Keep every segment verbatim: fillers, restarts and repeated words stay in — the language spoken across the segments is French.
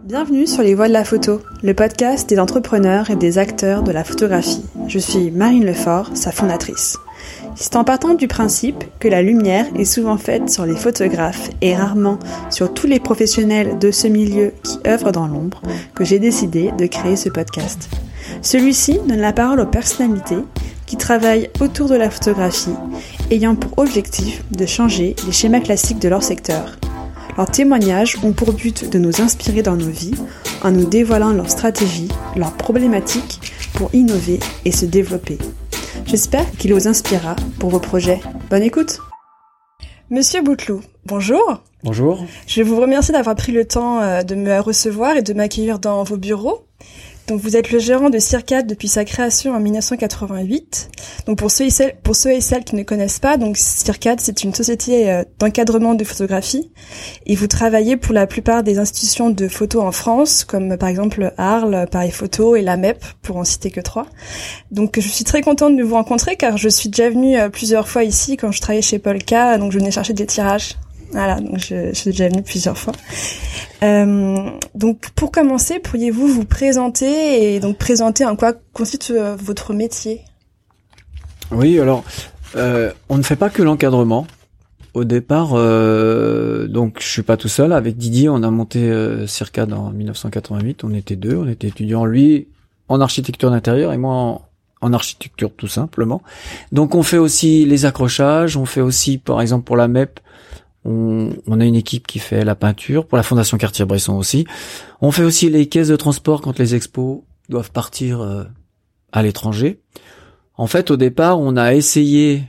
Bienvenue sur Les Voix de la Photo, le podcast des entrepreneurs et des acteurs de la photographie. Je suis Marine Lefort, sa fondatrice. C'est en partant du principe que la lumière est souvent faite sur les photographes et rarement sur tous les professionnels de ce milieu qui œuvrent dans l'ombre que j'ai décidé de créer ce podcast. Celui-ci donne la parole aux personnalités qui travaillent autour de la photographie, ayant pour objectif de changer les schémas classiques de leur secteur. Leurs témoignages ont pour but de nous inspirer dans nos vies en nous dévoilant leurs stratégies, leurs problématiques pour innover et se développer. J'espère qu'il vous inspirera pour vos projets. Bonne écoute! Monsieur Bouteloup, bonjour. Bonjour. Je vous remercie d'avoir pris le temps de me recevoir et de m'accueillir dans vos bureaux. Donc vous êtes le gérant de Circad depuis sa création en dix-neuf cent quatre-vingt-huit. Donc pour ceux et celles, pour ceux et celles qui ne connaissent pas, donc Circad, c'est une société d'encadrement de photographie et vous travaillez pour la plupart des institutions de photo en France, comme par exemple Arles, Paris Photo et la M E P, pour en citer que trois. Donc je suis très contente de vous rencontrer car je suis déjà venue plusieurs fois ici quand je travaillais chez Polka, donc je venais chercher des tirages. Voilà, donc je, je suis déjà venue plusieurs fois. Euh, donc pour commencer, pourriez-vous vous présenter et donc présenter en quoi consiste euh, votre métier? Oui, alors euh, on ne fait pas que l'encadrement. Au départ, euh, donc je suis pas tout seul. Avec Didier, on a monté euh, Circad en dix-neuf cent quatre-vingt-huit. On était deux, on était étudiants, lui en architecture d'intérieur et moi en, en architecture tout simplement. Donc on fait aussi les accrochages, on fait aussi par exemple pour la M E P. On, on a une équipe qui fait la peinture, pour la Fondation Cartier-Bresson aussi. On fait aussi les caisses de transport quand les expos doivent partir euh, à l'étranger. En fait, au départ, on a essayé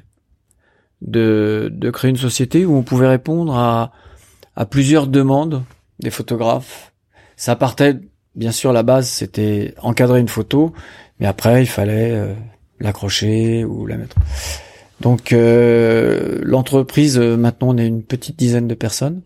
de, de créer une société où on pouvait répondre à, à plusieurs demandes des photographes. Ça partait, bien sûr, la base, c'était encadrer une photo, mais après, il fallait euh, l'accrocher ou la mettre... Donc euh, l'entreprise, euh, maintenant on est une petite dizaine de personnes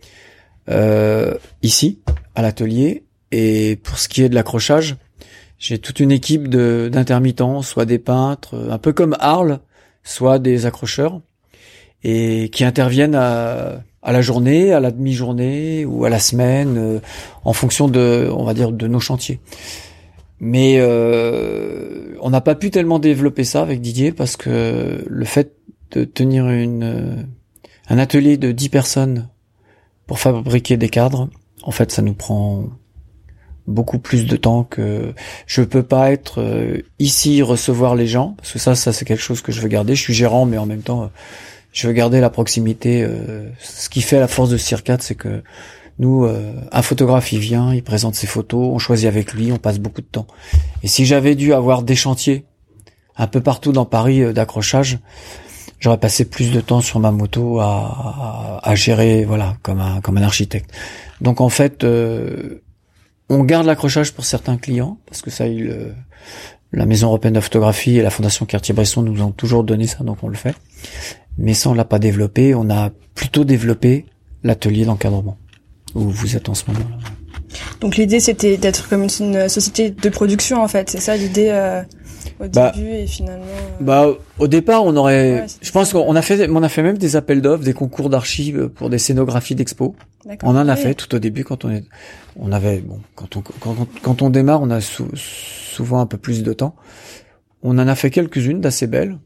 euh, ici à l'atelier, et pour ce qui est de l'accrochage, j'ai toute une équipe de d'intermittents, soit des peintres, un peu comme Arles, soit des accrocheurs, et qui interviennent à, à la journée, à la demi-journée ou à la semaine, euh, en fonction de, on va dire, de nos chantiers. Mais euh, on n'a pas pu tellement développer ça avec Didier parce que le fait de tenir une un atelier de dix personnes pour fabriquer des cadres, en fait, ça nous prend beaucoup plus de temps que je peux pas être euh, ici recevoir les gens parce que ça, ça c'est quelque chose que je veux garder. Je suis gérant, mais en même temps, je veux garder la proximité. Euh, ce qui fait la force de Circad, c'est que nous, euh, un photographe, il vient, il présente ses photos, on choisit avec lui, on passe beaucoup de temps. Et si j'avais dû avoir des chantiers un peu partout dans Paris euh, d'accrochage, j'aurais passé plus de temps sur ma moto à, à, à gérer, voilà, comme un comme un architecte. Donc en fait, euh, on garde l'accrochage pour certains clients parce que ça, il, euh, la Maison européenne de photographie et la Fondation Cartier-Bresson nous ont toujours donné ça, donc on le fait. Mais ça, on l'a pas développé. On a plutôt développé l'atelier d'encadrement où vous êtes en ce moment-là. Donc l'idée c'était d'être comme une, une société de production en fait, c'est ça l'idée euh, au bah, début et finalement. Euh... Bah au départ on aurait, ouais, je pense ça. qu'on a fait, on a fait même des appels d'offres, des concours d'archives pour des scénographies d'expo. D'accord. On en a oui. fait tout au début quand on est, on avait bon quand on quand on, quand on démarre on a sou, souvent un peu plus de temps. On en a fait quelques-unes d'assez belles,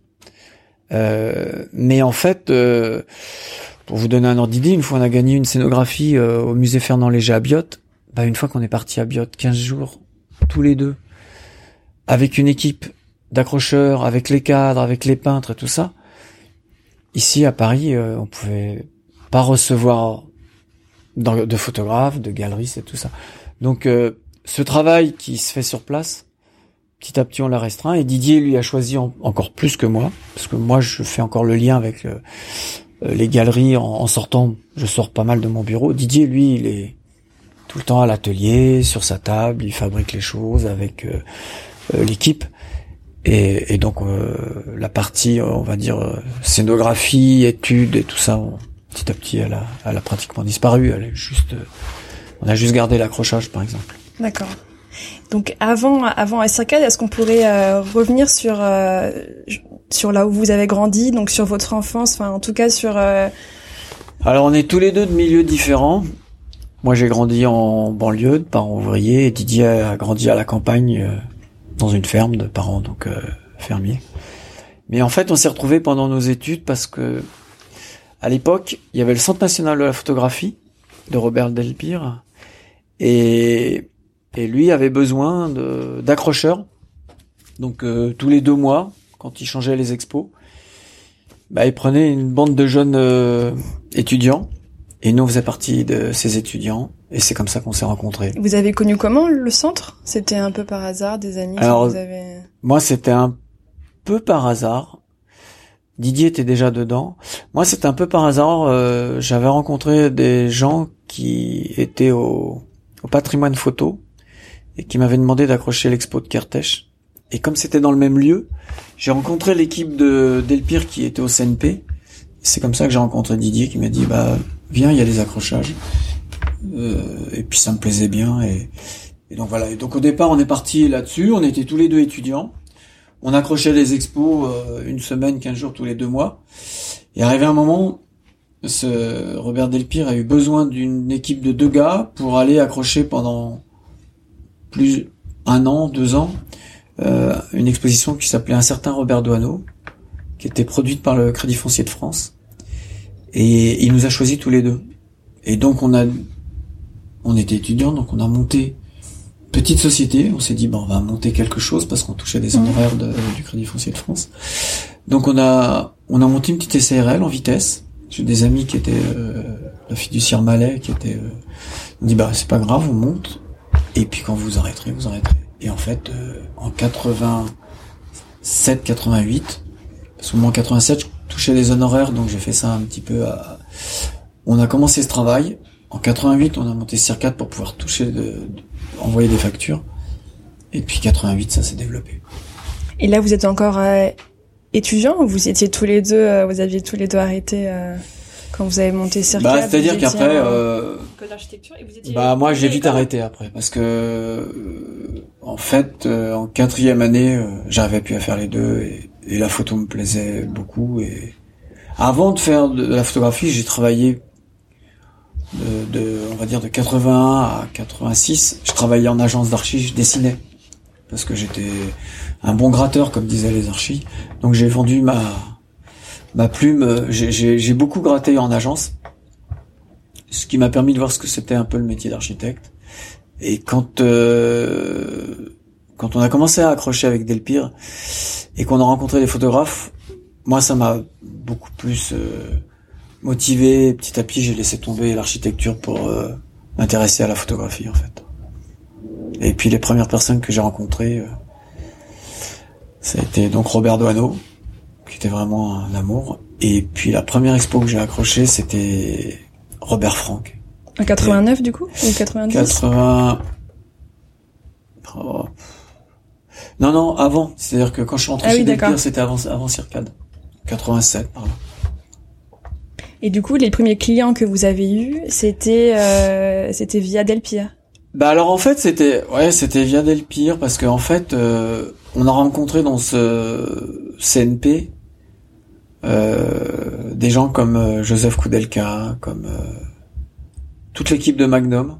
euh, mais en fait. Euh, Pour vous donner un ordre d'idée, une fois on a gagné une scénographie euh, au musée Fernand Léger à Biot, bah une fois qu'on est parti à Biot, quinze jours, tous les deux, avec une équipe d'accrocheurs, avec les cadres, avec les peintres et tout ça, ici à Paris, euh, on pouvait pas recevoir de photographes, de galeristes et tout ça. Donc euh, ce travail qui se fait sur place, petit à petit on l'a restreint, et Didier lui a choisi en, encore plus que moi, parce que moi je fais encore le lien avec... Euh, les galeries, en, en sortant, je sors pas mal de mon bureau. Didier, lui, il est tout le temps à l'atelier, sur sa table, il fabrique les choses avec euh, euh, l'équipe. Et, et donc, euh, la partie, on va dire, euh, scénographie, études et tout ça, on, petit à petit, elle a, elle a pratiquement disparu. Elle est juste, euh, on a juste gardé l'accrochage, par exemple. D'accord. Donc avant, avant Circad, est-ce qu'on pourrait euh, revenir sur euh, sur là où vous avez grandi, donc sur votre enfance, enfin en tout cas sur. Euh... Alors on est tous les deux de milieux différents. Moi, j'ai grandi en banlieue de parents ouvriers et Didier a grandi à la campagne euh, dans une ferme de parents donc euh, fermiers. Mais en fait, on s'est retrouvés pendant nos études parce que à l'époque, il y avait le Centre national de la photographie de Robert Delpire et et lui avait besoin de d'accrocheurs. Donc euh, tous les deux mois, quand il changeait les expos, bah il prenait une bande de jeunes euh, étudiants. Et nous, on faisait partie de ces étudiants, et c'est comme ça qu'on s'est rencontrés. Vous avez connu comment le centre ? C'était un peu par hasard, des amis Alors, que vous avez... Moi, c'était un peu par hasard. Didier était déjà dedans. Moi, c'était un peu par hasard. Euh, j'avais rencontré des gens qui étaient au, au patrimoine photo et qui m'avaient demandé d'accrocher l'expo de Kertész. Et comme c'était dans le même lieu, j'ai rencontré l'équipe de Delpire qui était au C N P. C'est comme ça que j'ai rencontré Didier qui m'a dit bah viens, il y a des accrochages euh, et puis ça me plaisait bien et, et donc voilà. Et donc au départ on est parti là-dessus, on était tous les deux étudiants, on accrochait les expos euh, une semaine, quinze jours tous les deux mois. Et arrivé un moment, ce Robert Delpire a eu besoin d'une équipe de deux gars pour aller accrocher pendant plus un an, deux ans euh, une exposition qui s'appelait Un certain Robert Doisneau, qui était produite par le Crédit Foncier de France. Et il nous a choisis tous les deux. Et donc on a, on était étudiants, donc on a monté une petite société. On s'est dit, bon, on va monter quelque chose parce qu'on touchait des honoraires de, du Crédit Foncier de France. Donc on a, on a monté une petite S A R L en vitesse. J'ai des amis qui étaient, euh, la fiduciaire Mallet, qui était, euh, on dit, bah, c'est pas grave, on monte. Et puis quand vous arrêterez, vous arrêterez. Et en fait, euh, en quatre-vingt-sept quatre-vingt-huit, parce que moi en quatre-vingt-sept, je touchais des honoraires, donc j'ai fait ça un petit peu à... On a commencé ce travail. En quatre-vingt-huit, on a monté Circad pour pouvoir toucher, de, de, envoyer des factures. Et puis quatre-vingt-huit, ça s'est développé. Et là, vous êtes encore euh, étudiant ou vous étiez tous les deux, euh, vous aviez tous les deux arrêté euh, quand vous avez monté Circad? Bah, c'est-à-dire qu'après, euh, école d'architecture et vous étiez. Bah, moi, j'ai vite arrêté après, parce que euh, en fait, euh, en quatrième année, euh, j'arrivais plus à faire les deux et, et la photo me plaisait beaucoup. Et avant de faire de la photographie, j'ai travaillé de, de, on va dire, de quatre-vingt-un à quatre-vingt-six. Je travaillais en agence d'archi, je dessinais parce que j'étais un bon gratteur, comme disaient les archis. Donc j'ai vendu ma ma plume. J'ai, j'ai, j'ai beaucoup gratté en agence, ce qui m'a permis de voir ce que c'était un peu le métier d'architecte. Et quand euh, quand on a commencé à accrocher avec Delpire et qu'on a rencontré des photographes, moi ça m'a beaucoup plus euh, motivé. Petit à petit, j'ai laissé tomber l'architecture pour euh, m'intéresser à la photographie en fait. Et puis les premières personnes que j'ai rencontrées, euh, ça a été donc Robert Doisneau, qui était vraiment un amour. Et puis la première expo que j'ai accrochée, c'était Robert Frank. En quatre-vingt-neuf, et du coup, ou quatre-vingt-dix? quatre-vingts. Oh. Non, non, avant. C'est-à-dire que quand je suis rentré ah chez oui, Delpire, c'était avant, avant Circad. quatre-vingt-sept, pardon. Et du coup, les premiers clients que vous avez eus, c'était, euh, c'était via Delpire. Bah alors en fait, c'était, ouais, c'était via Delpire parce qu'en fait, euh, on a rencontré dans ce C N P euh, des gens comme euh, Joseph Koudelka, comme euh, toute l'équipe de Magnum.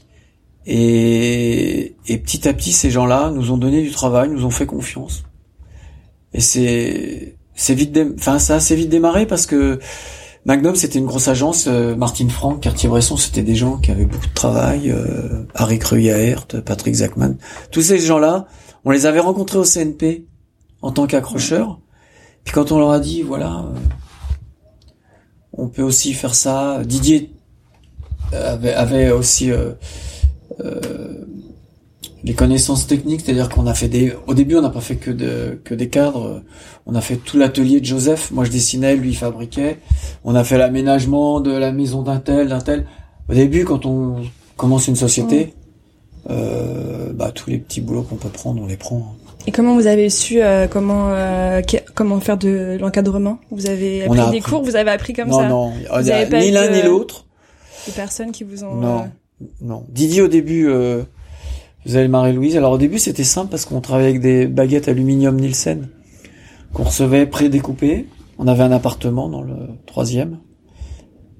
Et, et petit à petit, ces gens-là nous ont donné du travail, nous ont fait confiance. Et c'est, c'est vite, dé... enfin, ça a assez vite démarré parce que Magnum, c'était une grosse agence. Euh, Martine Franck, Cartier-Bresson, c'était des gens qui avaient beaucoup de travail. Euh, Harry Kruyaert, Patrick Zachman, tous ces gens-là, on les avait rencontrés au C N P en tant qu'accrocheurs. Puis quand on leur a dit, voilà, euh, on peut aussi faire ça. Didier avait, avait aussi euh, euh, les connaissances techniques, c'est-à-dire qu'on a fait des. Au début, on n'a pas fait que de que des cadres. On a fait tout l'atelier de Joseph. Moi, je dessinais, lui, il fabriquait. On a fait l'aménagement de la maison d'un tel, d'un tel. Au début, quand on commence une société, mmh. euh, bah tous les petits boulots qu'on peut prendre, on les prend. Et comment vous avez su euh, comment euh, comment faire de l'encadrement? Vous avez appris des appris. cours? Vous avez appris comme non, ça? Non, non, vous avez pas ni l'un ni l'autre. Des personnes qui vous ont. Non, euh... non. Didier, au début, euh, vous avez Marie-Louise. Alors au début, c'était simple parce qu'on travaillait avec des baguettes aluminium Nielsen qu'on recevait pré-découpées. On avait un appartement dans le troisième.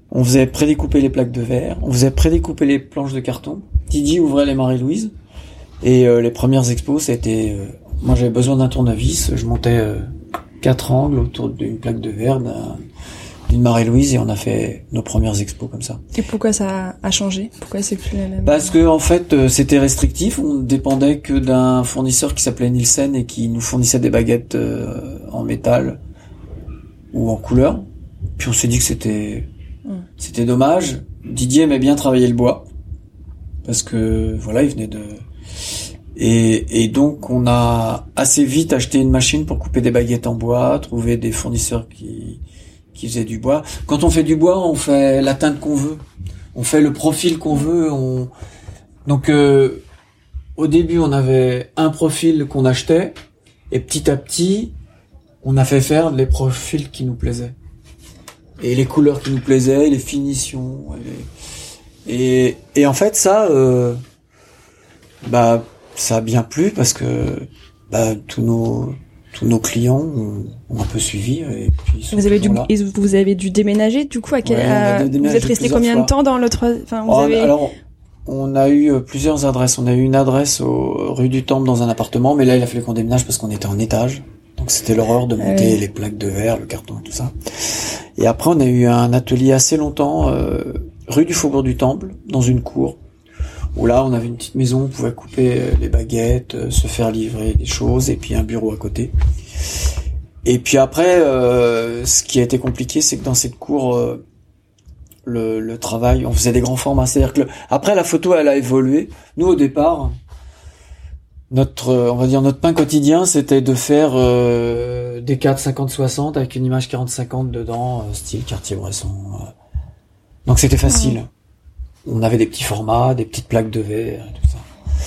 On faisait prédécouper les plaques de verre, on faisait prédécouper les planches de carton. Didier ouvrait les Marie-Louise. Et euh, les premières expos, c'était... Euh, moi, j'avais besoin d'un tournevis. Je montais euh, quatre angles autour d'une plaque de verre, d'un, d'une Marie-Louise, et on a fait nos premières expos comme ça. Et pourquoi ça a changé? Pourquoi c'est plus la même? Parce que en fait, euh, c'était restrictif. On dépendait que d'un fournisseur qui s'appelait Nielsen et qui nous fournissait des baguettes euh, en métal ou en couleur. Puis on s'est dit que c'était mmh. c'était dommage. Didier aimait bien travailler le bois parce que voilà, il venait de... Et, et donc, on a assez vite acheté une machine pour couper des baguettes en bois, trouver des fournisseurs qui, qui faisaient du bois. Quand on fait du bois, on fait la teinte qu'on veut. On fait le profil qu'on veut. On... Donc, euh, au début, on avait un profil qu'on achetait. Et petit à petit, on a fait faire les profils qui nous plaisaient. Et les couleurs qui nous plaisaient, les finitions. Et, les... et, et en fait, ça... Euh, bah... ça a bien plu parce que bah, tous nos tous nos clients ont, ont un peu suivi et puis vous avez dû là. Et vous avez dû déménager du coup à quel, ouais, à, vous êtes resté combien fois. de temps dans l'autre enfin vous oh, avez alors on a eu plusieurs adresses. On a eu une adresse au rue du Temple dans un appartement, mais là il a fallu qu'on déménage parce qu'on était en étage, donc c'était l'horreur de monter ouais. les plaques de verre, le carton et tout ça. Et après on a eu un atelier assez longtemps euh, rue du Faubourg du Temple dans une cour. Où là, on avait une petite maison, on pouvait couper les baguettes, euh, se faire livrer des choses, et puis un bureau à côté. Et puis après, euh, ce qui a été compliqué, c'est que dans cette cour, euh, le, le travail, on faisait des grands formats. C'est-à-dire que le, après, la photo, elle a évolué. Nous, au départ, notre, on va dire, notre pain quotidien, c'était de faire euh, des cadres cinquante soixante avec une image quarante cinquante dedans, euh, style Cartier-Bresson. Euh. Donc c'était facile. Ouais. On avait des petits formats, des petites plaques de verre et tout ça.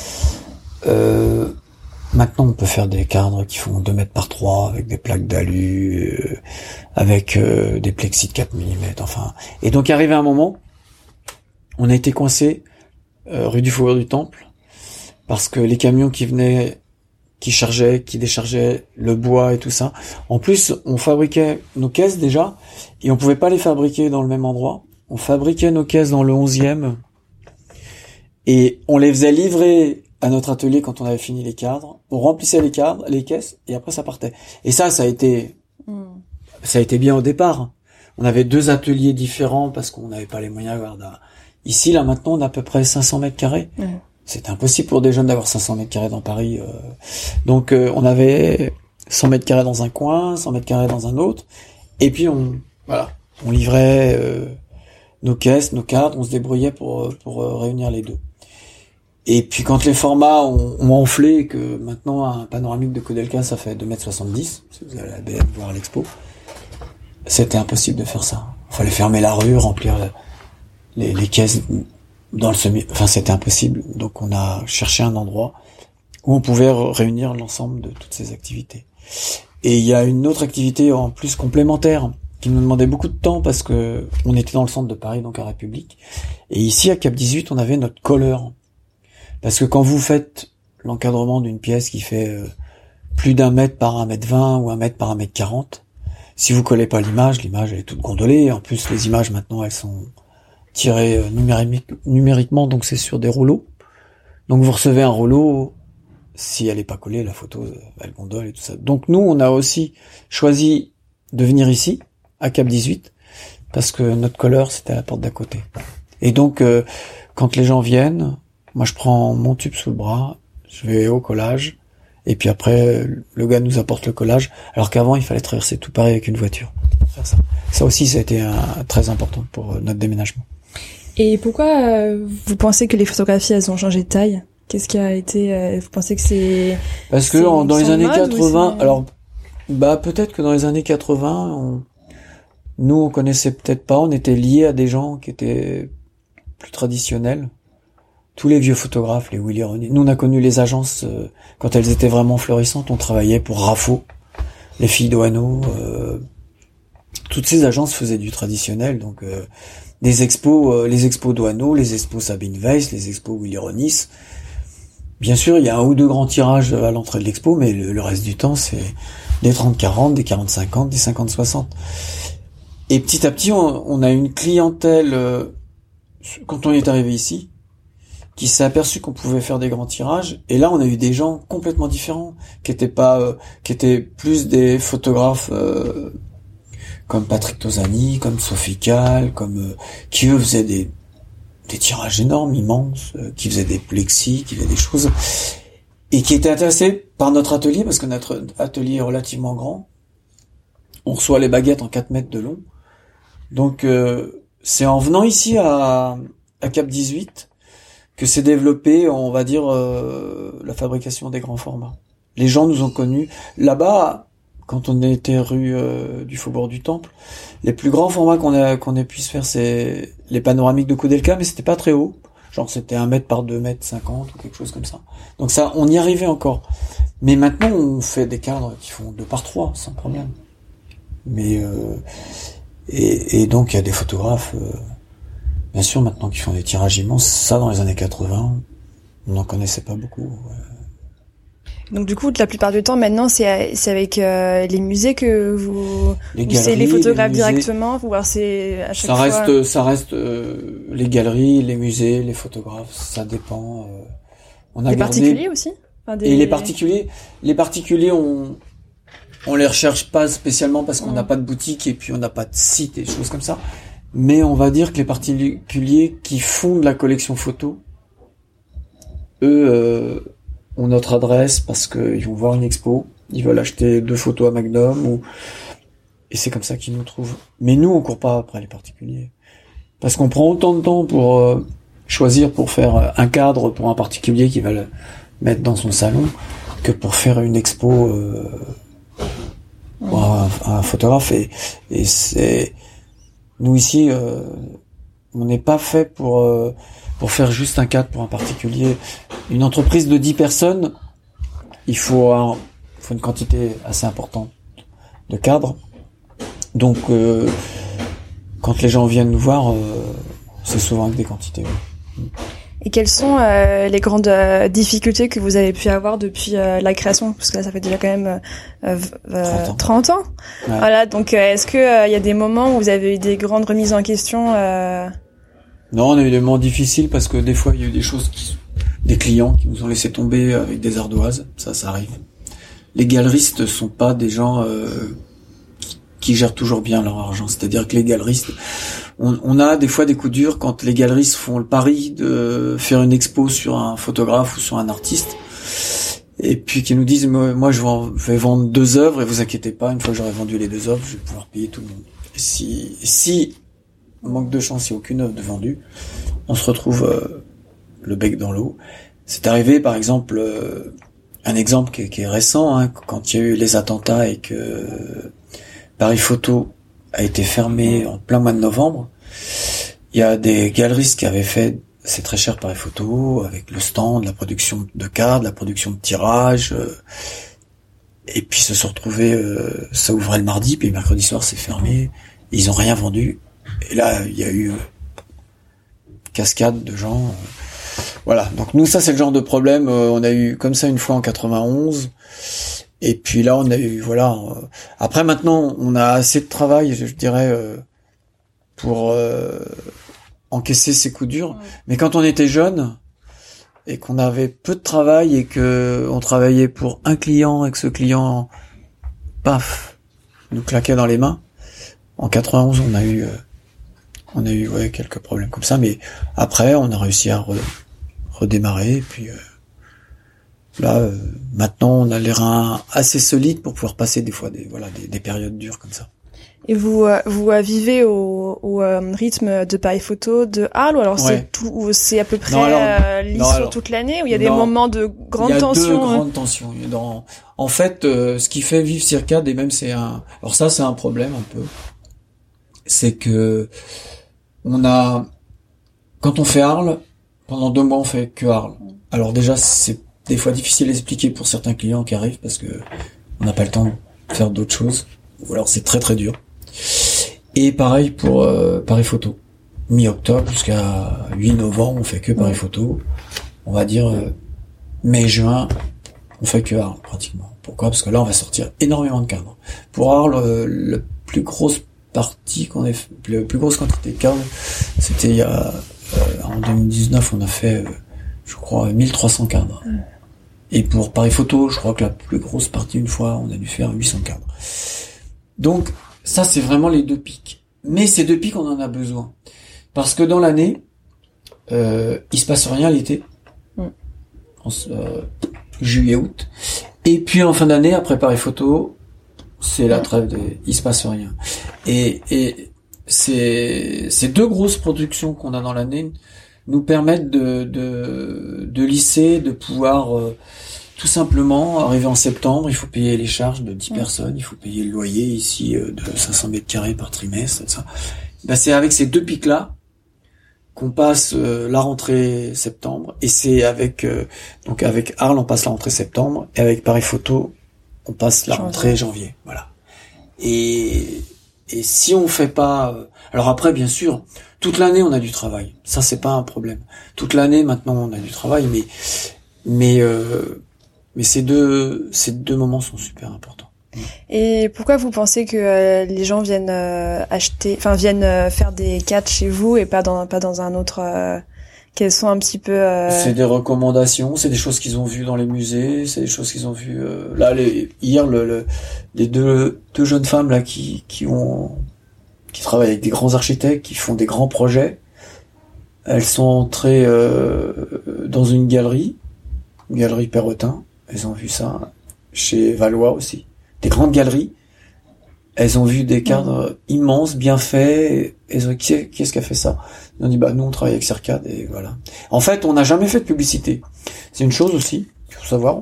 Euh, maintenant, on peut faire des cadres qui font deux mètres par trois avec des plaques d'alu, euh, avec euh, des plexis de quatre millimètres, enfin. Et donc, arrivé un moment, on a été coincé euh, rue du Faubourg du Temple parce que les camions qui venaient, qui chargeaient, qui déchargeaient le bois et tout ça. En plus, on fabriquait nos caisses déjà et on pouvait pas les fabriquer dans le même endroit. On fabriquait nos caisses dans le onzième et on les faisait livrer à notre atelier quand on avait fini les cadres. On remplissait les cadres, les caisses et après ça partait. Et ça, ça a été, mmh. ça a été bien au départ. On avait deux ateliers différents parce qu'on n'avait pas les moyens. Regarde, ici, là, maintenant, on a à peu près cinq cents mètres carrés. Mmh. C'est impossible pour des jeunes d'avoir cinq cents mètres carrés dans Paris. Euh. Donc, euh, on avait cent mètres carrés dans un coin, cent mètres carrés dans un autre. Et puis, on, voilà, on livrait, euh, nos caisses, nos cadres, on se débrouillait pour pour réunir les deux. Et puis quand les formats ont, ont enflé, que maintenant un panoramique de Koudelka ça fait deux mètres soixante-dix, si vous allez à la B M voir l'expo, c'était impossible de faire ça. Il fallait fermer la rue, remplir les, les caisses dans le semi, enfin c'était impossible. Donc on a cherché un endroit où on pouvait réunir l'ensemble de toutes ces activités. Et il y a une autre activité en plus complémentaire qui nous demandait beaucoup de temps parce que on était dans le centre de Paris, donc à République. Et ici, à Cap dix-huit, on avait notre colleur. Parce que quand vous faites l'encadrement d'une pièce qui fait euh, plus d'un mètre par un mètre vingt ou un mètre par un mètre quarante, si vous collez pas l'image, l'image elle est toute gondolée. En plus, les images maintenant, elles sont tirées euh, numérique, numériquement, donc c'est sur des rouleaux. Donc vous recevez un rouleau, si elle est pas collée, la photo, elle gondole et tout ça. Donc nous, on a aussi choisi de venir ici, à Cap dix-huit, parce que notre colleur c'était à la porte d'à côté. Et donc euh, quand les gens viennent, moi je prends mon tube sous le bras, je vais au collage, et puis après le gars nous apporte le collage, alors qu'avant il fallait traverser tout Paris avec une voiture. Faire ça. ça aussi ça a été un, très important pour notre déménagement. Et pourquoi euh, vous pensez que les photographies elles ont changé de taille? Qu'est-ce qui a été euh, vous pensez que c'est parce que c'est en, dans les années quatre-vingts, c'est... alors bah peut-être que dans les années quatre-vingts, on nous, on connaissait peut-être pas, on était liés à des gens qui étaient plus traditionnels. Tous les vieux photographes, les Willy Ronis. Nous, on a connu les agences, euh, quand elles étaient vraiment florissantes, on travaillait pour Rafo, les filles d'Oano. Euh, toutes ces agences faisaient du traditionnel, donc euh, des expos, euh, les expos d'Oano, les expos Sabine Weiss, les expos Willy Ronis. Bien sûr, il y a un ou deux grands tirages à l'entrée de l'expo, mais le, le reste du temps, c'est des trente quarante, des quarante cinquante, des cinquante soixante. Et petit à petit, on, on a une clientèle, euh, quand on est arrivé ici, qui s'est aperçu qu'on pouvait faire des grands tirages. Et là, on a eu des gens complètement différents, qui étaient pas, euh, qui étaient plus des photographes euh, comme Patrick Tosani, comme Sophie Calle, comme euh, qui eux faisaient des des tirages énormes, immenses, euh, qui faisaient des plexis, qui faisaient des choses, et qui étaient intéressés par notre atelier, parce que notre atelier est relativement grand. On reçoit les baguettes en quatre mètres de long. Donc, euh, c'est en venant ici à, à Cap dix-huit que s'est développé, on va dire, euh, la fabrication des grands formats. Les gens nous ont connus. Là-bas, quand on était rue euh, du Faubourg du Temple, les plus grands formats qu'on a qu'on ait pu se faire, c'est les panoramiques de Koudelka, mais c'était pas très haut. Genre c'était un mètre par deux mètres cinquante ou quelque chose comme ça. Donc ça, on y arrivait encore. Mais maintenant, on fait des cadres qui font deux par trois, sans problème. Mais euh, et, et donc il y a des photographes, euh, bien sûr, maintenant qui font des tirages immenses. Ça, dans les années quatre-vingts, on n'en connaissait pas beaucoup. Ouais. Donc du coup, la plupart du temps, maintenant, c'est c'est avec euh, les musées que vous, les ou galeries, c'est les photographes les musées, directement, ou alors c'est à chaque ça fois. reste, ça reste euh, les galeries, les musées, les photographes, ça dépend. Euh, on a les gardé... particuliers aussi. Enfin, des... Et les particuliers, les particuliers, on on les recherche pas spécialement parce qu'on n'a mmh. pas de boutique et puis on n'a pas de site et des choses comme ça. Mais on va dire que les particuliers qui font de la collection photo, eux. Euh, ont notre adresse parce qu'ils vont voir une expo, ils veulent acheter deux photos à Magnum, ou et c'est comme ça qu'ils nous trouvent. Mais nous, on court pas après les particuliers. Parce qu'on prend autant de temps pour euh, choisir pour faire un cadre pour un particulier qui va le mettre dans son salon que pour faire une expo euh, pour un, un photographe. Et, et c'est... Nous ici, euh, on n'est pas fait pour... Euh, pour faire juste un cadre pour un particulier. Une entreprise de dix personnes, il faut, un, il faut une quantité assez importante de cadres. Donc, euh, quand les gens viennent nous voir, euh, c'est souvent avec des quantités. Oui. Et quelles sont euh, les grandes euh, difficultés que vous avez pu avoir depuis euh, la création? Parce que là, ça fait déjà quand même euh, euh, trente ans. Ouais. Voilà, donc euh, est-ce que il euh, y a des moments où vous avez eu des grandes remises en question euh... Non, on a eu des moments difficiles parce que des fois, il y a eu des choses qui, des clients qui nous ont laissé tomber avec des ardoises. Ça, ça arrive. Les galeristes sont pas des gens euh, qui, qui gèrent toujours bien leur argent. C'est-à-dire que les galeristes, on, on a des fois des coups durs quand les galeristes font le pari de faire une expo sur un photographe ou sur un artiste. Et puis qui nous disent, moi, je vais vendre deux œuvres et vous inquiétez pas, une fois que j'aurai vendu les deux œuvres, je vais pouvoir payer tout le monde. Et si, si, manque de chance, il n'y a aucune œuvre de vendue, on se retrouve euh, le bec dans l'eau. C'est arrivé, par exemple, euh, un exemple qui est, qui est récent, hein, quand il y a eu les attentats et que euh, Paris Photo a été fermé en plein mois de novembre. Il y a des galeristes qui avaient fait, c'est très cher Paris Photo, avec le stand, la production de cadres, la production de tirages, euh, et puis se sont retrouvés, euh, ça ouvrait le mardi, puis le mercredi soir c'est fermé, ils ont rien vendu. Et là, il y a eu cascade de gens. Euh, voilà. Donc nous, ça, c'est le genre de problème. Euh, on a eu comme ça une fois en quatre-vingt-onze. Et puis là, on a eu, voilà. Euh, après, maintenant, on a assez de travail, je, je dirais, euh, pour euh, encaisser ces coups durs. Ouais. Mais quand on était jeune et qu'on avait peu de travail et que on travaillait pour un client et que ce client, paf, nous claquait dans les mains. En quatre-vingt-onze, on a eu... Euh, On a eu ouais, quelques problèmes comme ça, mais après, on a réussi à re, redémarrer. Et puis euh, là, euh, maintenant, on a les reins assez solides pour pouvoir passer des fois des voilà des, des périodes dures comme ça. Et vous euh, vous euh, vivez au, au euh, rythme de Paris Photo de Arles, ou alors ouais. c'est tout, ou c'est à peu près non, alors, euh, lisse non, sur alors, toute l'année, où il y a non, des moments de grande tension. Il y a deux hein. grandes tensions. Dans, en fait, euh, ce qui fait vivre Circade, et même c'est un, alors ça c'est un problème un peu, c'est que on a, quand on fait Arles, pendant deux mois on fait que Arles. Alors déjà c'est des fois difficile à expliquer pour certains clients qui arrivent parce que on n'a pas le temps de faire d'autres choses, ou alors c'est très très dur. Et pareil pour euh, Paris Photo. Mi-octobre jusqu'à huit novembre on fait que Paris Photo. On va dire euh, mai-juin on fait que Arles pratiquement. Pourquoi ? Parce que là on va sortir énormément de cadres. Pour Arles, euh, le plus grosse partie qu'on a fait, la plus grosse quantité de cadres, c'était il y a euh, en deux mille dix-neuf, on a fait, euh, je crois, mille trois cents cadres. Mmh. Et pour Paris Photo, je crois que la plus grosse partie, une fois, on a dû faire huit cents cadres. Donc, ça, c'est vraiment les deux pics. Mais ces deux pics, on en a besoin. Parce que dans l'année, euh, il se passe rien l'été. Mm. En euh, juillet, août. Et puis, en fin d'année, après Paris Photo, c'est la trêve de, il se passe rien. Et, et, ces, ces deux grosses productions qu'on a dans l'année nous permettent de, de, de lisser, de pouvoir, euh, tout simplement, arriver en septembre, il faut payer les charges de dix mmh. personnes, il faut payer le loyer ici euh, de cinq cents mètres carrés par trimestre, et ça. Ben, c'est avec ces deux pics-là qu'on passe euh, la rentrée septembre, et c'est avec, euh, donc avec Arles, on passe la rentrée septembre, et avec Paris Photo, on passe la janvier. rentrée janvier, voilà. Et, et si on fait pas, euh, alors après, bien sûr, toute l'année, on a du travail. Ça, c'est pas un problème. Toute l'année, maintenant, on a du travail, mais, mais, euh, mais ces deux, ces deux moments sont super importants. Et pourquoi vous pensez que euh, les gens viennent euh, acheter, enfin viennent euh, faire des cadres chez vous et pas dans pas dans un autre euh, Quelles sont un petit peu euh... C'est des recommandations, c'est des choses qu'ils ont vues dans les musées, c'est des choses qu'ils ont vues euh, là les, hier le, le les deux deux jeunes femmes là qui qui ont qui travaillent avec des grands architectes, qui font des grands projets. Elles sont entrées euh, dans une galerie, une galerie Perrotin. Elles ont vu ça chez Valois aussi. Des grandes galeries. Elles ont vu des cadres mmh. immenses, bien faits. Elles ont, qui, qui est-ce qui a fait ça? Ils ont dit, bah, nous, on travaille avec Circad, et voilà. En fait, on n'a jamais fait de publicité. C'est une chose aussi, il faut savoir.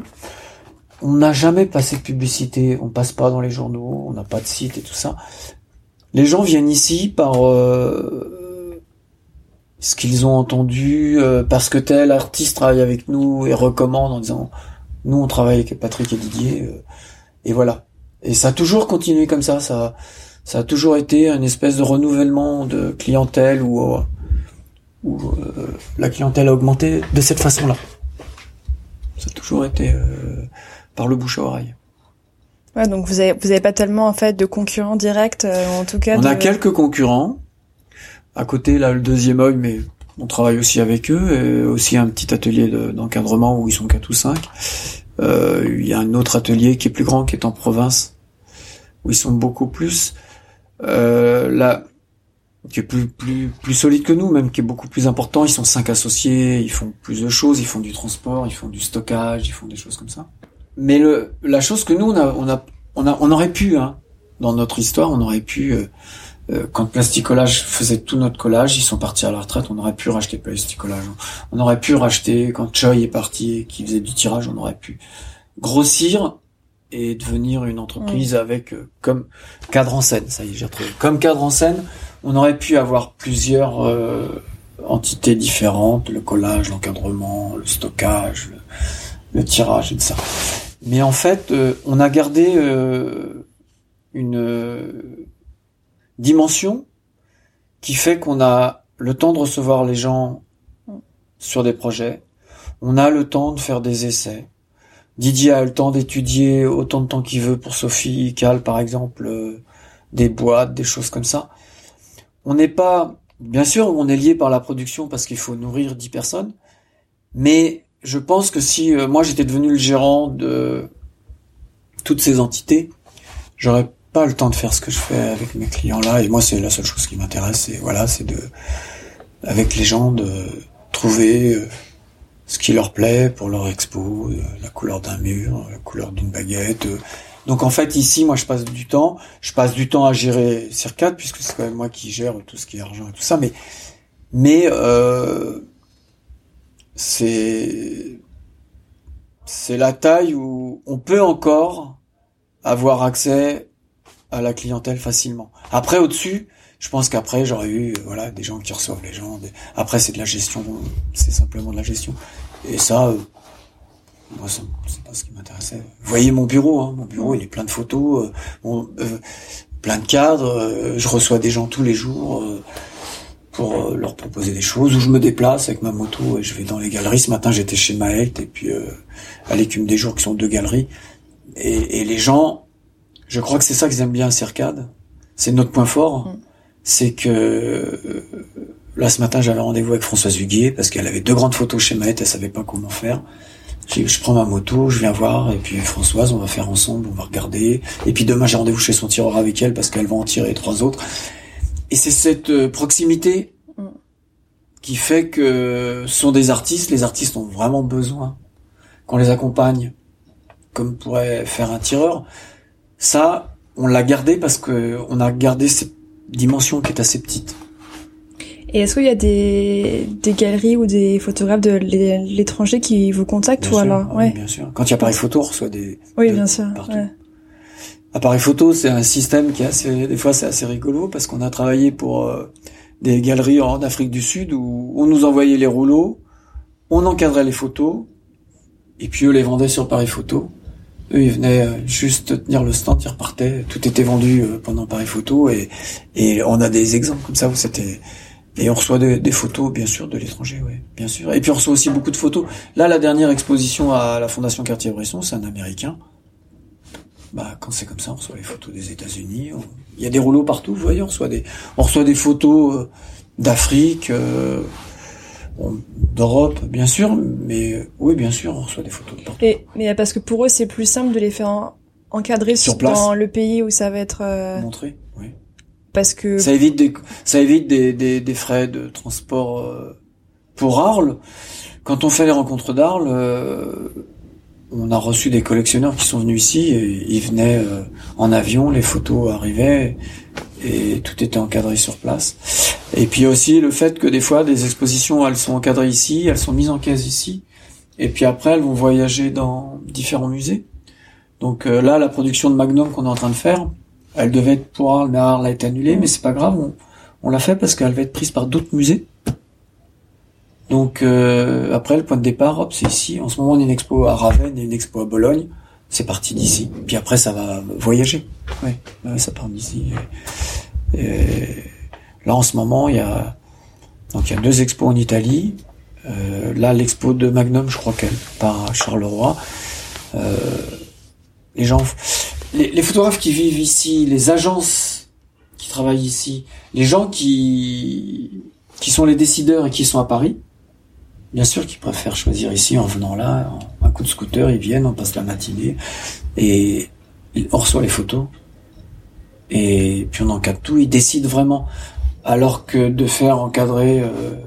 On n'a jamais passé de publicité. On passe pas dans les journaux, on n'a pas de site et tout ça. Les gens viennent ici par, euh, ce qu'ils ont entendu, euh, parce que tel artiste travaille avec nous et recommande en disant, nous, on travaille avec Patrick et Didier, euh, et voilà. Et ça a toujours continué comme ça, ça, ça a toujours été une espèce de renouvellement de clientèle où, où euh, la clientèle a augmenté de cette façon-là. Ça a toujours été euh, par le bouche à oreille. Ouais, donc vous avez vous avez pas tellement en fait de concurrents directs, euh, en tout cas. On de... a quelques concurrents. À côté, là, le deuxième œil, mais on travaille aussi avec eux, et aussi un petit atelier de, d'encadrement où ils sont quatre ou cinq. Euh, il y a un autre atelier qui est plus grand, qui est en province, où ils sont beaucoup plus. Euh, là, qui est plus plus plus solide que nous, même qui est beaucoup plus important. Ils sont cinq associés, ils font plus de choses, ils font du transport, ils font du stockage, ils font des choses comme ça. Mais le la chose que nous on a on a on a on aurait pu hein, dans notre histoire, on aurait pu euh, euh, quand Plasticolage faisait tout notre collage, ils sont partis à la retraite, on aurait pu racheter Plasticolage. On aurait pu racheter quand Choi est parti et qui faisait du tirage, on aurait pu grossir et devenir une entreprise mmh. avec euh, comme Cadre en Scène, ça y est, j'ai retrouvé. Comme Cadre en Scène, on aurait pu avoir plusieurs euh, entités différentes, le collage, l'encadrement, le stockage, le, le tirage et tout ça. Mais en fait, euh, on a gardé euh, une euh, dimension qui fait qu'on a le temps de recevoir les gens sur des projets, on a le temps de faire des essais. Didier a le temps d'étudier autant de temps qu'il veut pour Sophie Cal, par exemple, euh, des boîtes, des choses comme ça. On n'est pas, bien sûr, on est lié par la production parce qu'il faut nourrir dix personnes, mais je pense que si euh, moi j'étais devenu le gérant de toutes ces entités, j'aurais pas le temps de faire ce que je fais avec mes clients là, et moi c'est la seule chose qui m'intéresse, et voilà, c'est de, avec les gens, de trouver euh, ce qui leur plaît pour leur expo, euh, la couleur d'un mur, la couleur d'une baguette. Euh. Donc en fait ici, moi je passe du temps, je passe du temps à gérer Circad puisque c'est quand même moi qui gère tout ce qui est argent et tout ça, mais mais euh, c'est c'est la taille où on peut encore avoir accès à la clientèle facilement. Après au-dessus, je pense qu'après j'aurais eu voilà des gens qui reçoivent les gens. Des... Après c'est de la gestion, c'est simplement de la gestion. Et ça, euh, moi c'est, c'est pas ce qui m'intéressait. Vous voyez mon bureau, hein, mon bureau il est plein de photos, euh, bon, euh, plein de cadres. Euh, je reçois des gens tous les jours euh, pour euh, leur proposer des choses. Où je me déplace avec ma moto et je vais dans les galeries. Ce matin j'étais chez Maëlt et puis euh, à l'Écume des Jours qui sont deux galeries. Et, et les gens, je crois que c'est ça qu'ils aiment bien à Circad. c'est notre point fort. Mmh. C'est que euh, là ce matin j'avais rendez-vous avec Françoise Huguier parce qu'elle avait deux grandes photos chez Maët, elle savait pas comment faire. Je, je prends ma moto, je viens voir et puis Françoise, on va faire ensemble, on va regarder. Et puis demain j'ai rendez-vous chez son tireur avec elle parce qu'elle va en tirer trois autres. Et c'est cette euh, proximité mmh. qui fait que ce sont des artistes. Les artistes ont vraiment besoin qu'on les accompagne, comme pourrait faire un tireur. Ça, on l'a gardé parce que on a gardé cette dimension qui est assez petite. Et est-ce qu'il y a des, des galeries ou des photographes de l'étranger qui vous contactent bien ou sûr, alors oui, ouais. Bien sûr. Quand il y a Appareil Photo, on reçoit des... Oui, de, bien sûr. Partout. Ouais. Appareil Photo, c'est un système qui est assez... Des fois, c'est assez rigolo parce qu'on a travaillé pour euh, des galeries en Afrique du Sud où on nous envoyait les rouleaux, on encadrait les photos et puis eux les vendaient sur Appareil Photo. Eux, ils venaient juste tenir le stand, ils repartaient. Tout était vendu pendant Appareil Photo et, et on a des exemples comme ça où c'était... Et on reçoit des, des photos, bien sûr, de l'étranger, oui, bien sûr. Et puis on reçoit aussi beaucoup de photos. Là, la dernière exposition à la Fondation Cartier-Bresson, c'est un Américain. Bah, quand c'est comme ça, on reçoit les photos des États-Unis. On... Il y a des rouleaux partout, vous voyez, on reçoit des, on reçoit des photos d'Afrique, euh, bon, d'Europe, bien sûr, mais oui, bien sûr, on reçoit des photos de partout. Et, mais parce que pour eux, c'est plus simple de les faire encadrer sur place, dans le pays où ça va être euh... montré, oui. Parce que ça évite des ça évite des des, des frais de transport euh, pour Arles. Quand on fait les rencontres d'Arles, euh, on a reçu des collectionneurs qui sont venus ici et ils venaient euh, en avion, les photos arrivaient et tout était encadré sur place. Et puis aussi le fait que des fois des expositions elles sont encadrées ici, elles sont mises en caisse ici et puis après elles vont voyager dans différents musées. Donc euh, là la production de Magnum qu'on est en train de faire, elle devait être pour Arles, mais Arles a été annulée, mais c'est pas grave, on, on l'a fait parce qu'elle va être prise par d'autres musées. Donc euh, après, le point de départ, hop, c'est ici. En ce moment, on a une expo à Ravenne et une expo à Bologne. C'est parti d'ici. Puis après, ça va voyager. Oui, ouais, ça part d'ici. Et, et là, en ce moment, il y a donc il y a deux expos en Italie. Euh, là, l'expo de Magnum, je crois qu'elle part à Charleroi. Euh, les gens... Les, les photographes qui vivent ici, les agences qui travaillent ici, les gens qui qui sont les décideurs et qui sont à Paris, bien sûr qu'ils préfèrent choisir ici en venant là, en un coup de scooter, ils viennent, on passe la matinée et on reçoit les photos et puis on encadre tout, ils décident vraiment. Alors que de faire encadrer euh,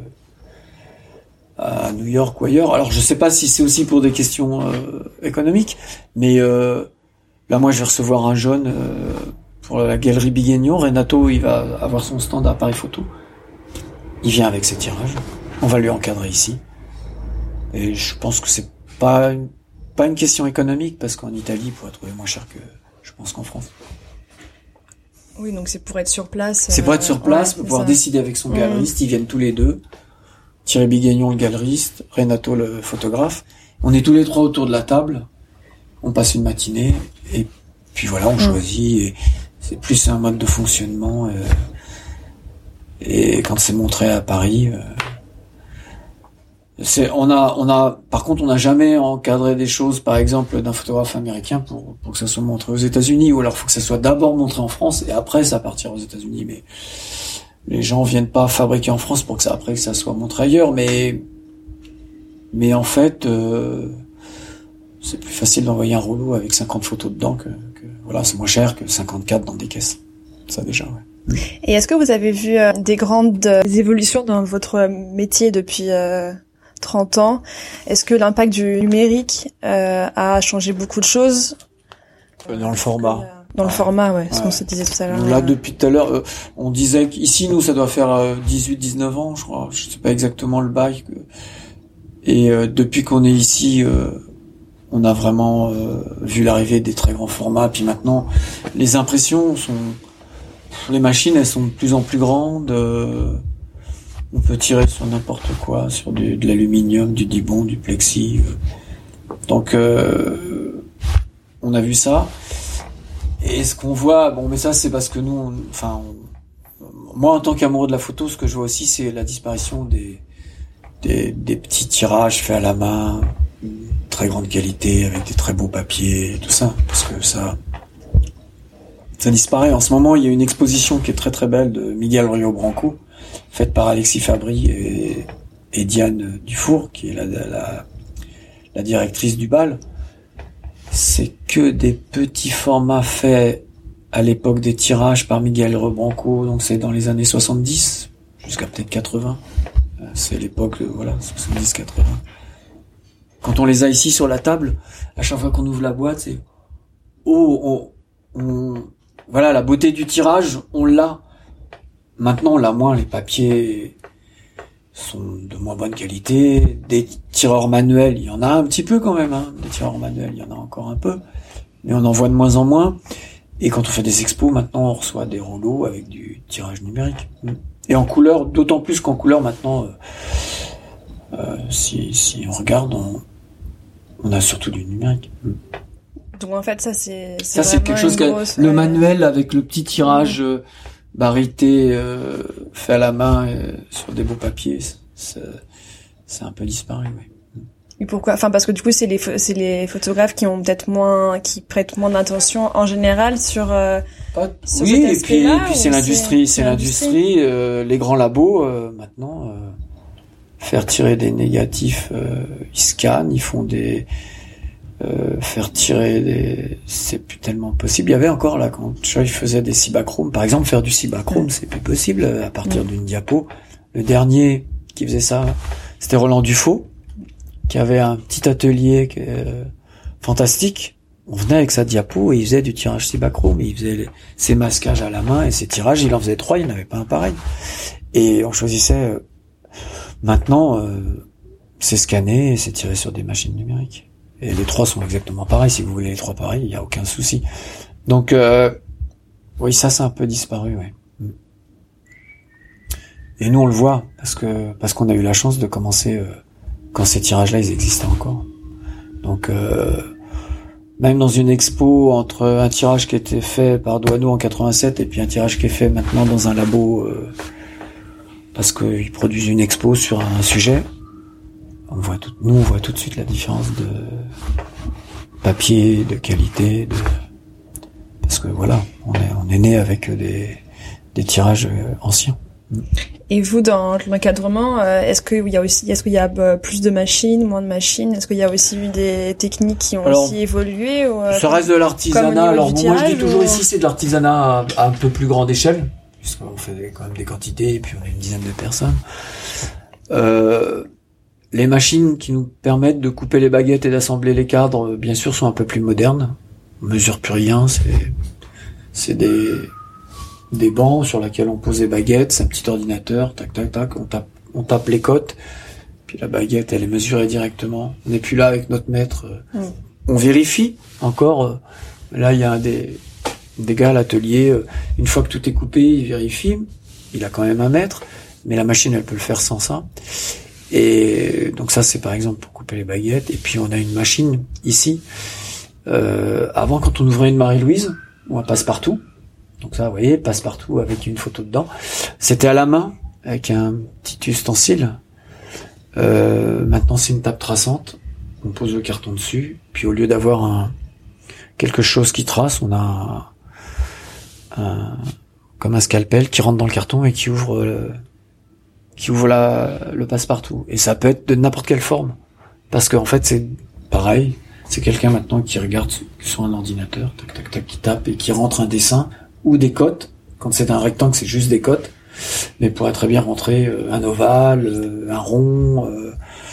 à New York ou ailleurs, alors je sais pas si c'est aussi pour des questions euh, économiques, mais euh, là, moi, je vais recevoir un jeune euh, pour la galerie Biguignon. Renato, il va avoir son stand à Appareil Photo. Il vient avec ses tirages. On va lui encadrer ici. Et je pense que c'est pas une, pas une question économique, parce qu'en Italie, il pourrait trouver moins cher que, je pense, qu'en France. Oui, donc c'est pour être sur place. C'est pour être sur place, ouais, pour pouvoir ça. décider avec son galeriste. Mmh. Ils viennent tous les deux. Thierry Biguignon, le galeriste. Renato, le photographe. On est tous les trois autour de la table. On passe une matinée et puis voilà, on mmh. choisit. Et c'est plus un mode de fonctionnement. Euh, et quand c'est montré à Paris, euh, c'est on a on a par contre on n'a jamais encadré des choses, par exemple d'un photographe américain pour pour que ça soit montré aux États-Unis, ou alors faut que ça soit d'abord montré en France et après ça partir aux États-Unis. Mais les gens viennent pas fabriquer en France pour que ça après que ça soit montré ailleurs. Mais mais en fait. Euh, C'est plus facile d'envoyer un rouleau avec cinquante photos dedans que, que voilà, c'est moins cher que cinquante-quatre dans des caisses. Ça déjà, ouais. Et est-ce que vous avez vu euh, des grandes euh, évolutions dans votre métier depuis euh, trente ans? Est-ce que l'impact du numérique euh, a changé beaucoup de choses? Dans le format. Que, euh, dans le format, ouais, ce ouais. qu'on se disait tout à l'heure. Là, depuis tout à l'heure, euh, on disait qu'ici, nous, ça doit faire euh, dix-huit dix-neuf ans, je crois. Je sais pas exactement le bail. Que... Et euh, depuis qu'on est ici... Euh, on a vraiment euh, vu l'arrivée des très grands formats. Puis maintenant, les impressions sont... Les machines, elles sont de plus en plus grandes. Euh, on peut tirer sur n'importe quoi, sur du, de l'aluminium, du dibond, du plexi. Euh. Donc, euh, on a vu ça. Et ce qu'on voit... Bon, mais ça, c'est parce que nous... On, enfin, on, moi, en tant qu'amoureux de la photo, ce que je vois aussi, c'est la disparition des, des, des petits tirages faits à la main... très grande qualité, avec des très beaux papiers, et tout ça, parce que ça, ça disparaît. En ce moment, il y a une exposition qui est très très belle de Miguel Rio Branco, faite par Alexis Fabry et, et Diane Dufour, qui est la, la, la directrice du bal. C'est que des petits formats faits à l'époque des tirages par Miguel Rio Branco, donc c'est dans les années soixante-dix, jusqu'à peut-être quatre-vingts. C'est l'époque, voilà, soixante-dix quatre-vingts. Quand on les a ici sur la table, à chaque fois qu'on ouvre la boîte, c'est oh, on, on, voilà, la beauté du tirage, on l'a. Maintenant, on l'a moins. Les papiers sont de moins bonne qualité. Des tireurs manuels, il y en a un petit peu quand même. Hein. Des tireurs manuels, il y en a encore un peu, mais on en voit de moins en moins. Et quand on fait des expos, maintenant, on reçoit des rouleaux avec du tirage numérique. Et en couleur, d'autant plus qu'en couleur, maintenant, euh, euh, si, si on regarde, on, on a surtout du numérique. Donc en fait, ça c'est, c'est ça c'est quelque chose que grosse, le ouais. manuel avec le petit tirage mmh. euh, barité euh, fait à la main euh, sur des beaux papiers, c'est, c'est un peu disparu. Ouais. Et pourquoi? Enfin parce que du coup c'est les c'est les photographes qui ont peut-être moins, qui prêtent moins d'attention en général sur. Euh, Pas, sur oui et puis, et puis c'est l'industrie, c'est, c'est l'industrie. Euh, les grands labos euh, maintenant euh, faire tirer des négatifs, euh, ils scannent, ils font des Euh, faire tirer des, c'est plus tellement possible. Il y avait encore là quand je faisais des cibachromes, par exemple, faire du cibachrome, c'est plus possible à partir d'une diapo. Le dernier qui faisait ça, c'était Roland Dufaux, qui avait un petit atelier euh, fantastique. On venait avec sa diapo et il faisait du tirage cibachrome, il faisait les, ses masquages à la main et ses tirages, il en faisait trois, il n'avait pas un pareil. Et on choisissait. Euh, maintenant, euh, c'est scanné et c'est tiré sur des machines numériques. Et les trois sont exactement pareils. Si vous voulez les trois pareils, il n'y a aucun souci. Donc, euh, oui, ça, c'est un peu disparu, oui. Et nous, on le voit parce que parce qu'on a eu la chance de commencer euh, quand ces tirages-là, ils existaient encore. Donc, euh, même dans une expo entre un tirage qui était fait par Douaneau en quatre-vingt-sept et puis un tirage qui est fait maintenant dans un labo euh, parce qu'ils produisent une expo sur un sujet. On voit tout, nous, on voit tout de suite la différence de papier, de qualité, de, parce que voilà, on est, on est né avec des, des tirages anciens. Et vous, dans l'encadrement, est-ce qu'il y a aussi, est-ce qu'il y a plus de machines, moins de machines? Est-ce qu'il y a aussi eu des techniques qui ont Alors, aussi évolué ou, ça reste de l'artisanat. Alors, bon, moi, je dis toujours ou... ici, c'est de l'artisanat à, à un peu plus grande échelle, puisqu'on fait quand même des quantités et puis on a une dizaine de personnes. Euh, Les machines qui nous permettent de couper les baguettes et d'assembler les cadres, bien sûr, sont un peu plus modernes. On mesure plus rien, c'est, c'est des, des bancs sur lesquels on pose les baguettes, c'est un petit ordinateur, tac, tac, tac, on tape, on tape les cotes, puis la baguette, elle est mesurée directement. On n'est plus là avec notre mètre. Mmh. On vérifie encore. Là, il y a un des, des gars à l'atelier, une fois que tout est coupé, il vérifie. Il a quand même un mètre, mais la machine, elle peut le faire sans ça. Et donc ça, c'est par exemple pour couper les baguettes. Et puis on a une machine ici. Euh, avant, quand on ouvrait une Marie-Louise ou un passe-partout, donc ça, vous voyez, passe-partout avec une photo dedans, c'était à la main avec un petit ustensile. Euh, maintenant, c'est une table traçante. On pose le carton dessus. Puis au lieu d'avoir un quelque chose qui trace, on a un, un comme un scalpel qui rentre dans le carton et qui ouvre. Euh, qui ouvre la, le passe-partout. Et ça peut être de n'importe quelle forme. Parce qu'en fait, c'est pareil. C'est quelqu'un maintenant qui regarde sur un ordinateur, tac, tac, tac, qui tape et qui rentre un dessin ou des cotes. Quand c'est un rectangle, c'est juste des cotes. Mais pourrait très bien rentrer un ovale, un rond, euh,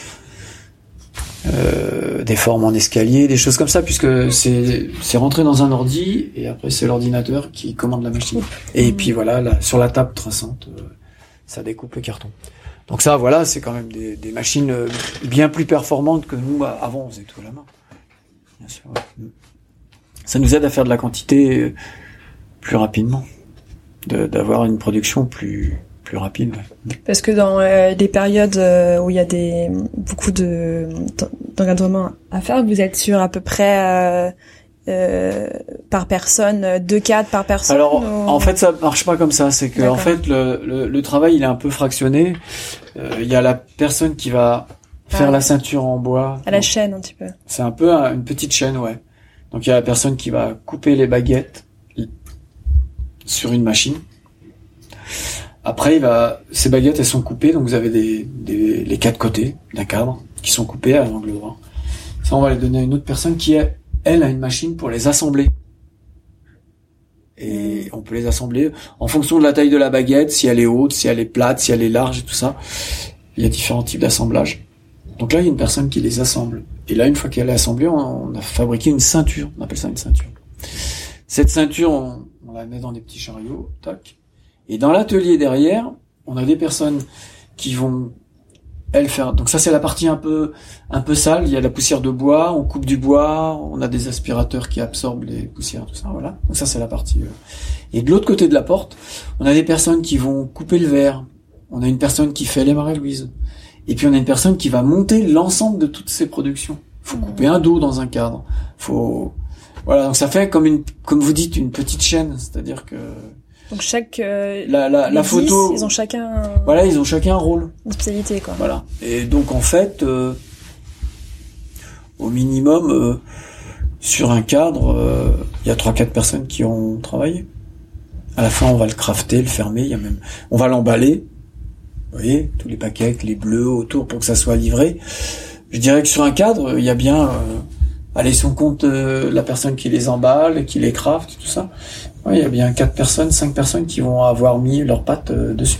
euh, des formes en escalier, des choses comme ça, puisque c'est, c'est rentré dans un ordi et après c'est l'ordinateur qui commande la machine. Et puis voilà, là, sur la table traçante, euh, ça découpe le carton. Donc ça, voilà, c'est quand même des, des machines bien plus performantes que nous, avant, on faisait tout à la main. Bien sûr, ouais. Ça nous aide à faire de la quantité plus rapidement, de, d'avoir une production plus plus rapide. Ouais. Parce que dans euh, les périodes euh, où il y a des beaucoup de d'encadrement à faire, vous êtes sur à peu près euh, Euh, par personne, deux cadres par personne. Alors, ou... en fait, ça marche pas comme ça. C'est que, D'accord. en fait, le, le, le travail, il est un peu fractionné. Euh, il y a la personne qui va faire ah, la ceinture en bois. À la chaîne, un petit peu. C'est un peu un, une petite chaîne, ouais. Donc, il y a la personne qui va couper les baguettes, sur une machine. Après, il va, ces baguettes, elles sont coupées, donc vous avez des, des les quatre côtés d'un cadre qui sont coupés à l'angle droit. Ça, on va les donner à une autre personne qui, elle, a une machine pour les assembler. Et on peut les assembler en fonction de la taille de la baguette, si elle est haute, si elle est plate, si elle est large et tout ça. Il y a différents types d'assemblage. Donc là, il y a une personne qui les assemble. Et là, une fois qu'elle est assemblée, on a fabriqué une ceinture. On appelle ça une ceinture. Cette ceinture, on, on la met dans des petits chariots, tac. Et dans l'atelier derrière, on a des personnes qui vont, elles, faire... Donc ça, c'est la partie un peu un peu sale. Il y a la poussière de bois, on coupe du bois, on a des aspirateurs qui absorbent les poussières, tout ça, voilà. Donc ça, c'est la partie... Euh... Et de l'autre côté de la porte, on a des personnes qui vont couper le verre. On a une personne qui fait les Marie-Louise. Et puis on a une personne qui va monter l'ensemble de toutes ces productions. Faut couper un dos dans un cadre. Faut... Voilà, donc ça fait comme une, comme vous dites, une petite chaîne. C'est-à-dire que... Donc chaque euh, la la, la photo, dix, ils ont chacun un... voilà, ils ont chacun un rôle, une spécialité quoi. Voilà. Et donc en fait, euh, au minimum euh, sur un cadre, euh, il y a trois quatre personnes qui ont travaillé. À la fin, on va le crafter, le fermer. Il y a même, on va l'emballer. Vous voyez, tous les paquets avec les bleus autour pour que ça soit livré. Je dirais que sur un cadre, il y a bien, euh, allez, si on compte euh, la personne qui les emballe, qui les crafte, tout ça. Oui, il y a bien quatre personnes, cinq personnes qui vont avoir mis leurs pattes euh, dessus.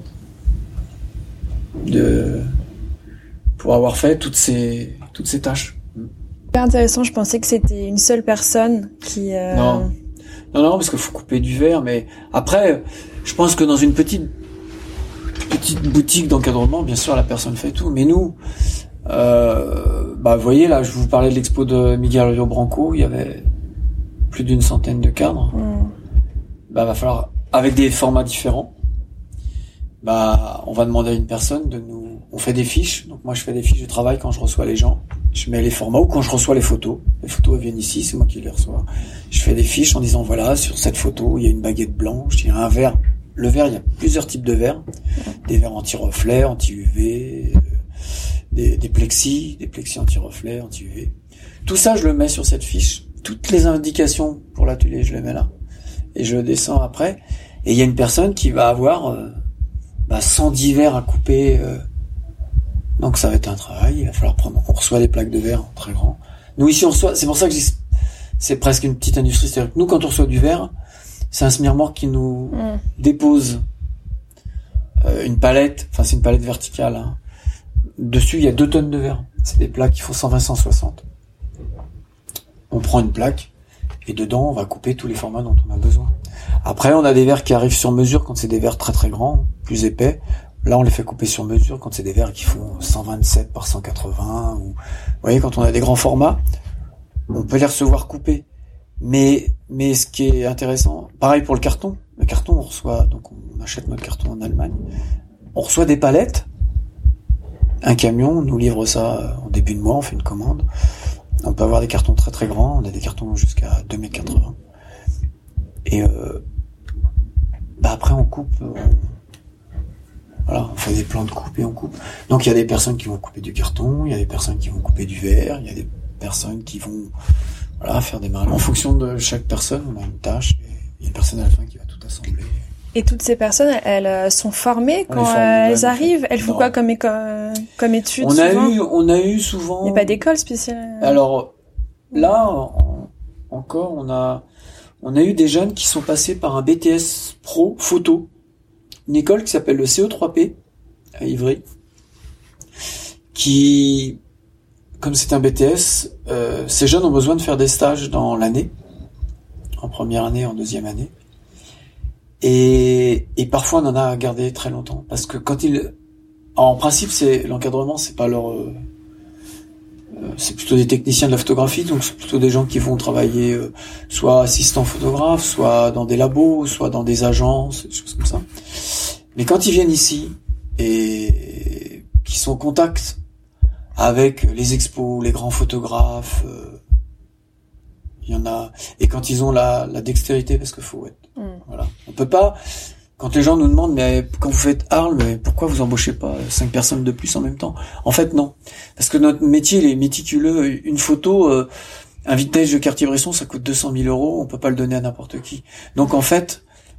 De... Pour avoir fait toutes ces, toutes ces tâches. Super intéressant, je pensais que c'était une seule personne qui... Euh... Non. Non, non, parce qu'il faut couper du verre, mais après, je pense que dans une petite, petite boutique d'encadrement, bien sûr, la personne fait tout, mais nous, euh, bah, vous voyez, là, je vous parlais de l'expo de Miguel Rio Branco, il y avait plus d'une centaine de cadres. Mmh. Bah, va falloir, avec des formats différents, bah, on va demander à une personne de nous, on fait des fiches. Donc, moi, je fais des fiches de travail quand je reçois les gens. Je mets les formats ou quand je reçois les photos. Les photos, elles viennent ici, c'est moi qui les reçois. Je fais des fiches en disant, voilà, sur cette photo, il y a une baguette blanche, il y a un verre. Le verre, il y a plusieurs types de verres. Des verres anti-reflet, anti-U V, euh, des, des plexis, des plexis anti-reflet, anti-U V. Tout ça, je le mets sur cette fiche. Toutes les indications pour l'atelier, je les mets là. Et je descends après. Et il y a une personne qui va avoir euh, bah, cent dix verres à couper. Euh, donc ça va être un travail. Il va falloir prendre. On reçoit des plaques de verre très grands. Nous ici, on reçoit. C'est pour ça que je dis, c'est presque une petite industrie. C'est-à-dire que nous, quand on reçoit du verre, c'est un smirmore qui nous mmh. dépose euh, une palette. Enfin, c'est une palette verticale. Hein. Dessus, il y a deux tonnes de verre. C'est des plaques qui font cent vingt à cent soixante. On prend une plaque et dedans, on va couper tous les formats dont on a besoin. Après, on a des verres qui arrivent sur mesure quand c'est des verres très très grands, plus épais. Là, on les fait couper sur mesure quand c'est des verres qui font cent vingt-sept par cent quatre-vingts. Ou... Vous voyez, quand on a des grands formats, on peut les recevoir coupés. Mais mais ce qui est intéressant, pareil pour le carton. Le carton, on reçoit, donc on achète notre carton en Allemagne. On reçoit des palettes. Un camion nous livre ça en début de mois, on fait une commande. On peut avoir des cartons très très grands, on a des cartons jusqu'à deux mètres quatre-vingts. Et euh, bah après on coupe, on, voilà, on fait des plans de coupe et on coupe. Donc il y a des personnes qui vont couper du carton, il y a des personnes qui vont couper du verre, il y a des personnes qui vont voilà faire des marins. En fonction de chaque personne, on a une tâche et il y a une personne à la fin qui va tout assembler. Et toutes ces personnes, elles sont formées quand forme, elles arrivent. Elles font non. quoi comme éco- comme études On a souvent eu, on a eu souvent. Il n'y a pas d'école spéciale. Alors là, en, encore, on a, on a eu des jeunes qui sont passés par un B T S pro photo, une école qui s'appelle le C E trois P à Ivry, qui, comme c'est un B T S, euh, ces jeunes ont besoin de faire des stages dans l'année, en première année, en deuxième année. Et, et parfois on en a gardé très longtemps parce que quand ils, en principe c'est l'encadrement, c'est pas leur, euh, c'est plutôt des techniciens de la photographie, donc c'est plutôt des gens qui vont travailler euh, soit assistants photographes, soit dans des labos, soit dans des agences, des choses comme ça. Mais quand ils viennent ici et qu'ils sont en contact avec les expos, les grands photographes, euh, il y en a, et quand ils ont la, la dextérité, parce qu'il faut être, mmh. voilà. On peut pas, quand les gens nous demandent, mais quand vous faites Arles, mais pourquoi vous embauchez pas cinq personnes de plus en même temps? En fait, non. Parce que notre métier, il est méticuleux. Une photo, euh, un vintage de Cartier-Bresson, ça coûte deux cent mille euros, on peut pas le donner à n'importe qui. Donc, en fait,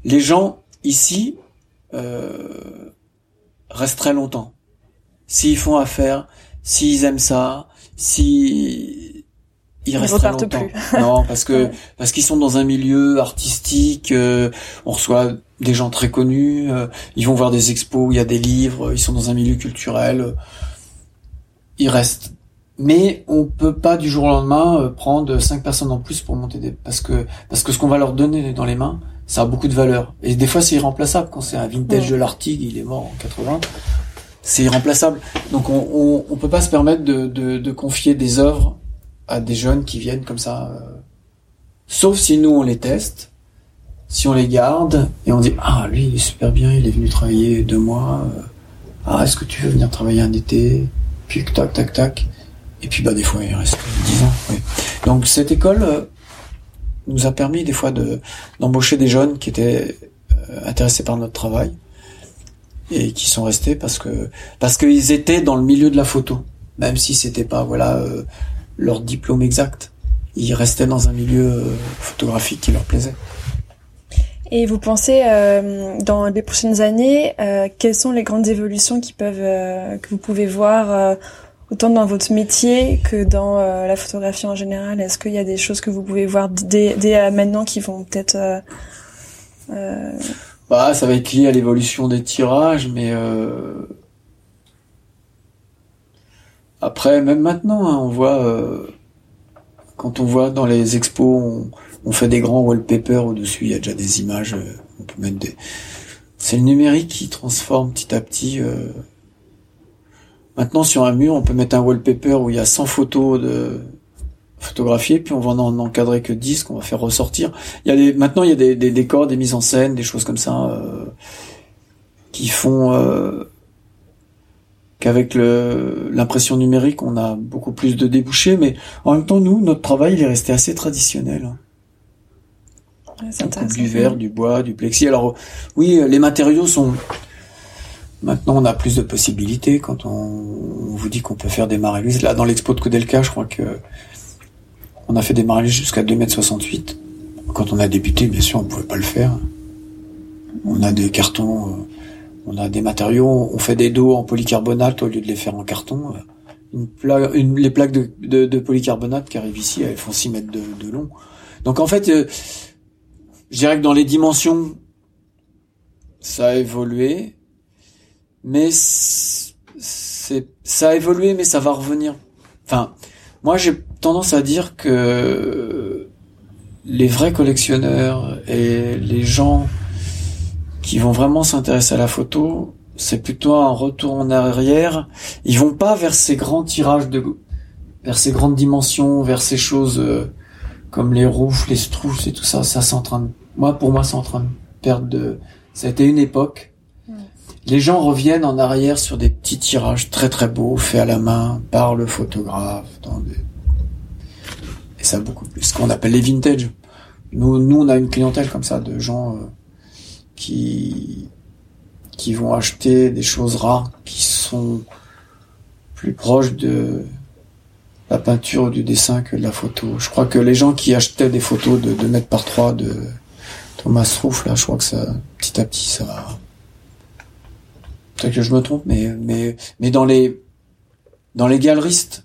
les gens ici euh, restent très longtemps. S'ils font affaire, s'ils aiment ça, si ils restent très longtemps. Plus. Non, parce que ouais. parce qu'ils sont dans un milieu artistique. Euh, on reçoit des gens très connus. Euh, ils vont voir des expos où il y a des livres. Ils sont dans un milieu culturel. Euh, ils restent. Mais on peut pas du jour au lendemain euh, prendre cinq personnes en plus pour monter des parce que parce que ce qu'on va leur donner dans les mains, ça a beaucoup de valeur. Et des fois c'est irremplaçable. Quand c'est un vintage ouais. de l'Artigue, il est mort en quatre-vingts. C'est irremplaçable. Donc on, on on peut pas se permettre de de, de confier des œuvres à des jeunes qui viennent comme ça. Euh, sauf si nous on les teste, si on les garde et on dit ah lui il est super bien, il est venu travailler deux mois. Euh, ah est-ce que tu veux venir travailler un été? Puis tac tac tac. Et puis bah des fois il reste dix ans. Oui. Donc cette école euh, nous a permis des fois de d'embaucher des jeunes qui étaient euh, intéressés par notre travail et qui sont restés parce que parce qu'ils étaient dans le milieu de la photo, même si c'était pas voilà euh, leur diplôme exact. Ils restaient dans un milieu euh, photographique qui leur plaisait. Et vous pensez euh, dans les prochaines années, euh, quelles sont les grandes évolutions qui peuvent euh, que vous pouvez voir euh, autant dans votre métier que dans euh, la photographie en général? Est-ce qu'il y a des choses que vous pouvez voir dès, dès maintenant qui vont peut-être euh, euh... Bah, ça va être lié à l'évolution des tirages, mais euh... après, même maintenant, hein, on voit euh... quand on voit dans les expos, on, on fait des grands wallpapers au-dessus, il y a déjà des images, euh... on peut mettre des. C'est le numérique qui transforme petit à petit. Euh... Maintenant, sur un mur, on peut mettre un wallpaper où il y a cent photos de photographiées, puis on va en encadrer que dix qu'on va faire ressortir. Il y a des, maintenant, il y a des, des décors, des mises en scène, des choses comme ça, euh, qui font, euh, qu'avec le, l'impression numérique, on a beaucoup plus de débouchés, mais en même temps, nous, notre travail, il est resté assez traditionnel. Ouais, c'est intéressant. Du verre, du bois, du plexi. Alors, oui, les matériaux sont, maintenant, on a plus de possibilités quand on, on vous dit qu'on peut faire des marées-luises. Là, dans l'expo de Koudelka, je crois que on a fait des marées-luises jusqu'à deux mètres soixante-huit. Quand on a débuté, bien sûr, on pouvait pas le faire. On a des cartons, on a des matériaux, on fait des dos en polycarbonate au lieu de les faire en carton. Une plaque, une, les plaques de, de, de polycarbonate qui arrivent ici, elles font six mètres de, de long. Donc en fait, euh, je dirais que dans les dimensions, ça a évolué. Mais c'est, ça a évolué, mais ça va revenir. Enfin, moi j'ai tendance à dire que les vrais collectionneurs et les gens qui vont vraiment s'intéresser à la photo, c'est plutôt un retour en arrière. Ils vont pas vers ces grands tirages de, vers ces grandes dimensions, vers ces choses euh, comme les roufs, les schtroumpfs et tout ça. Ça c'est en train de, moi pour moi c'est en train de perdre de. Ça a été une époque. Les gens reviennent en arrière sur des petits tirages très très beaux, faits à la main, par le photographe, dans des... et ça beaucoup plus. Ce qu'on appelle les vintage. Nous, nous, on a une clientèle comme ça, de gens euh, qui qui vont acheter des choses rares, qui sont plus proches de la peinture ou du dessin que de la photo. Je crois que les gens qui achetaient des photos de deux mètres par trois de Thomas Struff, là, je crois que ça, petit à petit, ça va... Peut-être que je me trompe, mais mais mais dans les dans les galeristes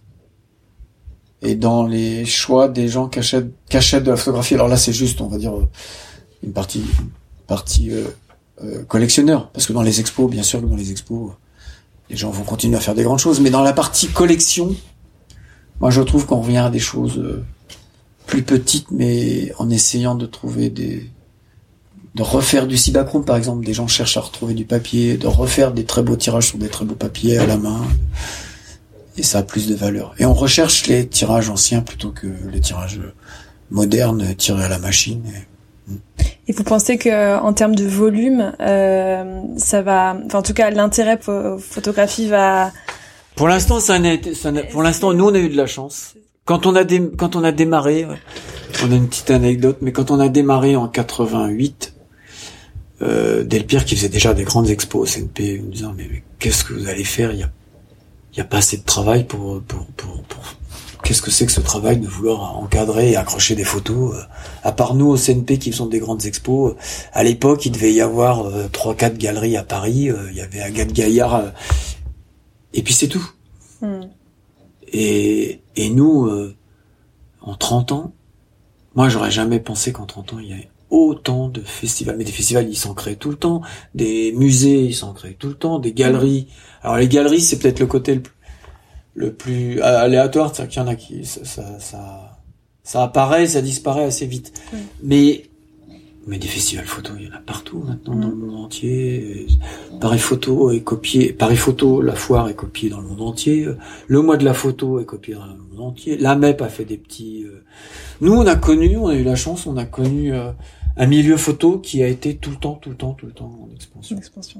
et dans les choix des gens qui achètent, qui achètent de la photographie. Alors là, c'est juste, on va dire une partie une partie euh, euh, collectionneur, parce que dans les expos, bien sûr que dans les expos, les gens vont continuer à faire des grandes choses, mais dans la partie collection, moi je trouve qu'on revient à des choses euh, plus petites, mais en essayant de trouver des de refaire du cibachrome, par exemple. Des gens cherchent à retrouver du papier, de refaire des très beaux tirages sur des très beaux papiers à la main. Et ça a plus de valeur. Et on recherche les tirages anciens plutôt que les tirages modernes tirés à la machine. Et vous pensez que en termes de volume, euh, ça va, enfin en tout cas l'intérêt pour photographie va. Pour l'instant, ça n'a été, ça n'a, pour l'instant, nous on a eu de la chance. Quand on a dé, quand on a démarré, ouais, on a une petite anecdote, mais quand on a démarré en quatre-vingt-huit. Euh, Delpire qui faisait déjà des grandes expos au C N P, en disant mais, mais qu'est-ce que vous allez faire, il y a il y a pas assez de travail pour pour pour pour qu'est-ce que c'est que ce travail de vouloir encadrer et accrocher des photos? À part nous au C N P qui faisons des grandes expos, à l'époque il devait y avoir euh, trois quatre galeries à Paris, euh, il y avait Agathe Gaillard, euh, et puis c'est tout. Mm. Et, et nous, euh, en trente ans, moi j'aurais jamais pensé qu'en trente ans il y avait autant de festivals. Mais des festivals, ils s'en créent tout le temps, des musées, ils s'en créent tout le temps, des galeries. Alors les galeries, c'est peut-être le côté le plus le plus aléatoire, c'est-à-dire qu'il y en a qui ça ça ça, ça apparaît, ça disparaît assez vite. Mm. Mais mais des festivals photo, il y en a partout maintenant mm. dans le monde entier. Paris Photo est copié, Paris Photo, la foire est copiée dans le monde entier. Le mois de la photo est copié dans le monde entier. La M E P a fait des petits. Euh... Nous, on a connu, on a eu la chance, on a connu euh, un milieu photo qui a été tout le temps, tout le temps, tout le temps en expansion. En expansion.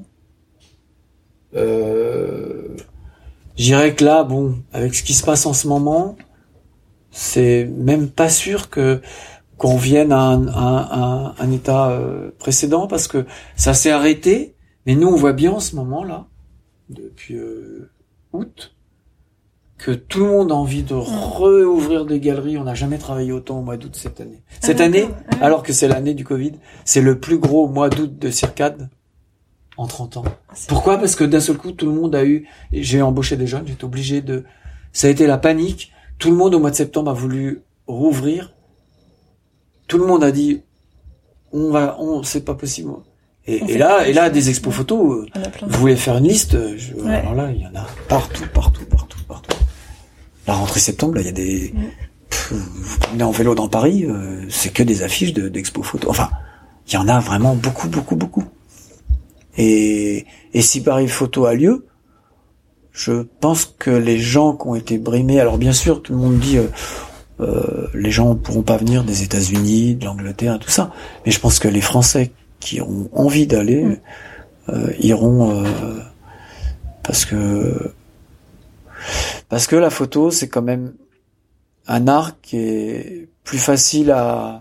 Euh... Je dirais que là, bon, avec ce qui se passe en ce moment, c'est même pas sûr que qu'on vienne à un, à un, un état euh, précédent, parce que ça s'est arrêté. Mais nous, on voit bien en ce moment là, depuis euh, août, que tout le monde a envie de réouvrir des galeries. On n'a jamais travaillé autant au mois d'août cette année. Cette ah, année, ah. alors que c'est l'année du Covid, c'est le plus gros mois d'août de Circade en trente ans. Ah, pourquoi? Vrai. Parce que d'un seul coup, tout le monde a eu... J'ai embauché des jeunes, j'étais obligé de... Ça a été la panique. Tout le monde, au mois de septembre, a voulu rouvrir. Tout le monde a dit, on va... on c'est pas possible. Et, et là, et là, des expos photos, vous voulez faire une liste, je, ouais. alors là, il y en a partout, partout, partout, partout. La rentrée septembre, là, il y a des... Ouais. Pff, vous promenez en vélo dans Paris, euh, c'est que des affiches de, d'expos photos. Enfin, il y en a vraiment beaucoup, beaucoup, beaucoup. Et, et si Paris Photo a lieu, je pense que les gens qui ont été brimés, alors bien sûr, tout le monde dit, euh, euh, les gens ne pourront pas venir des États-Unis, de l'Angleterre et tout ça, mais je pense que les Français qui ont envie d'aller mmh. euh, iront, euh, parce que parce que la photo, c'est quand même un art qui est plus facile à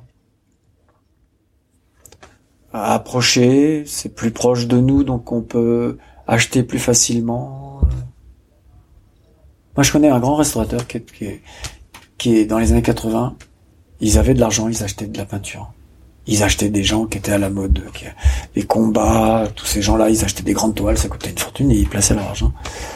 à approcher, c'est plus proche de nous, donc on peut acheter plus facilement. Moi, je connais un grand restaurateur qui est, qui est, qui est dans les années quatre-vingts, ils avaient de l'argent, ils achetaient de la peinture. Ils achetaient des gens qui étaient à la mode, qui, les combats, tous ces gens-là, ils achetaient des grandes toiles, ça coûtait une fortune, et ils plaçaient leur argent.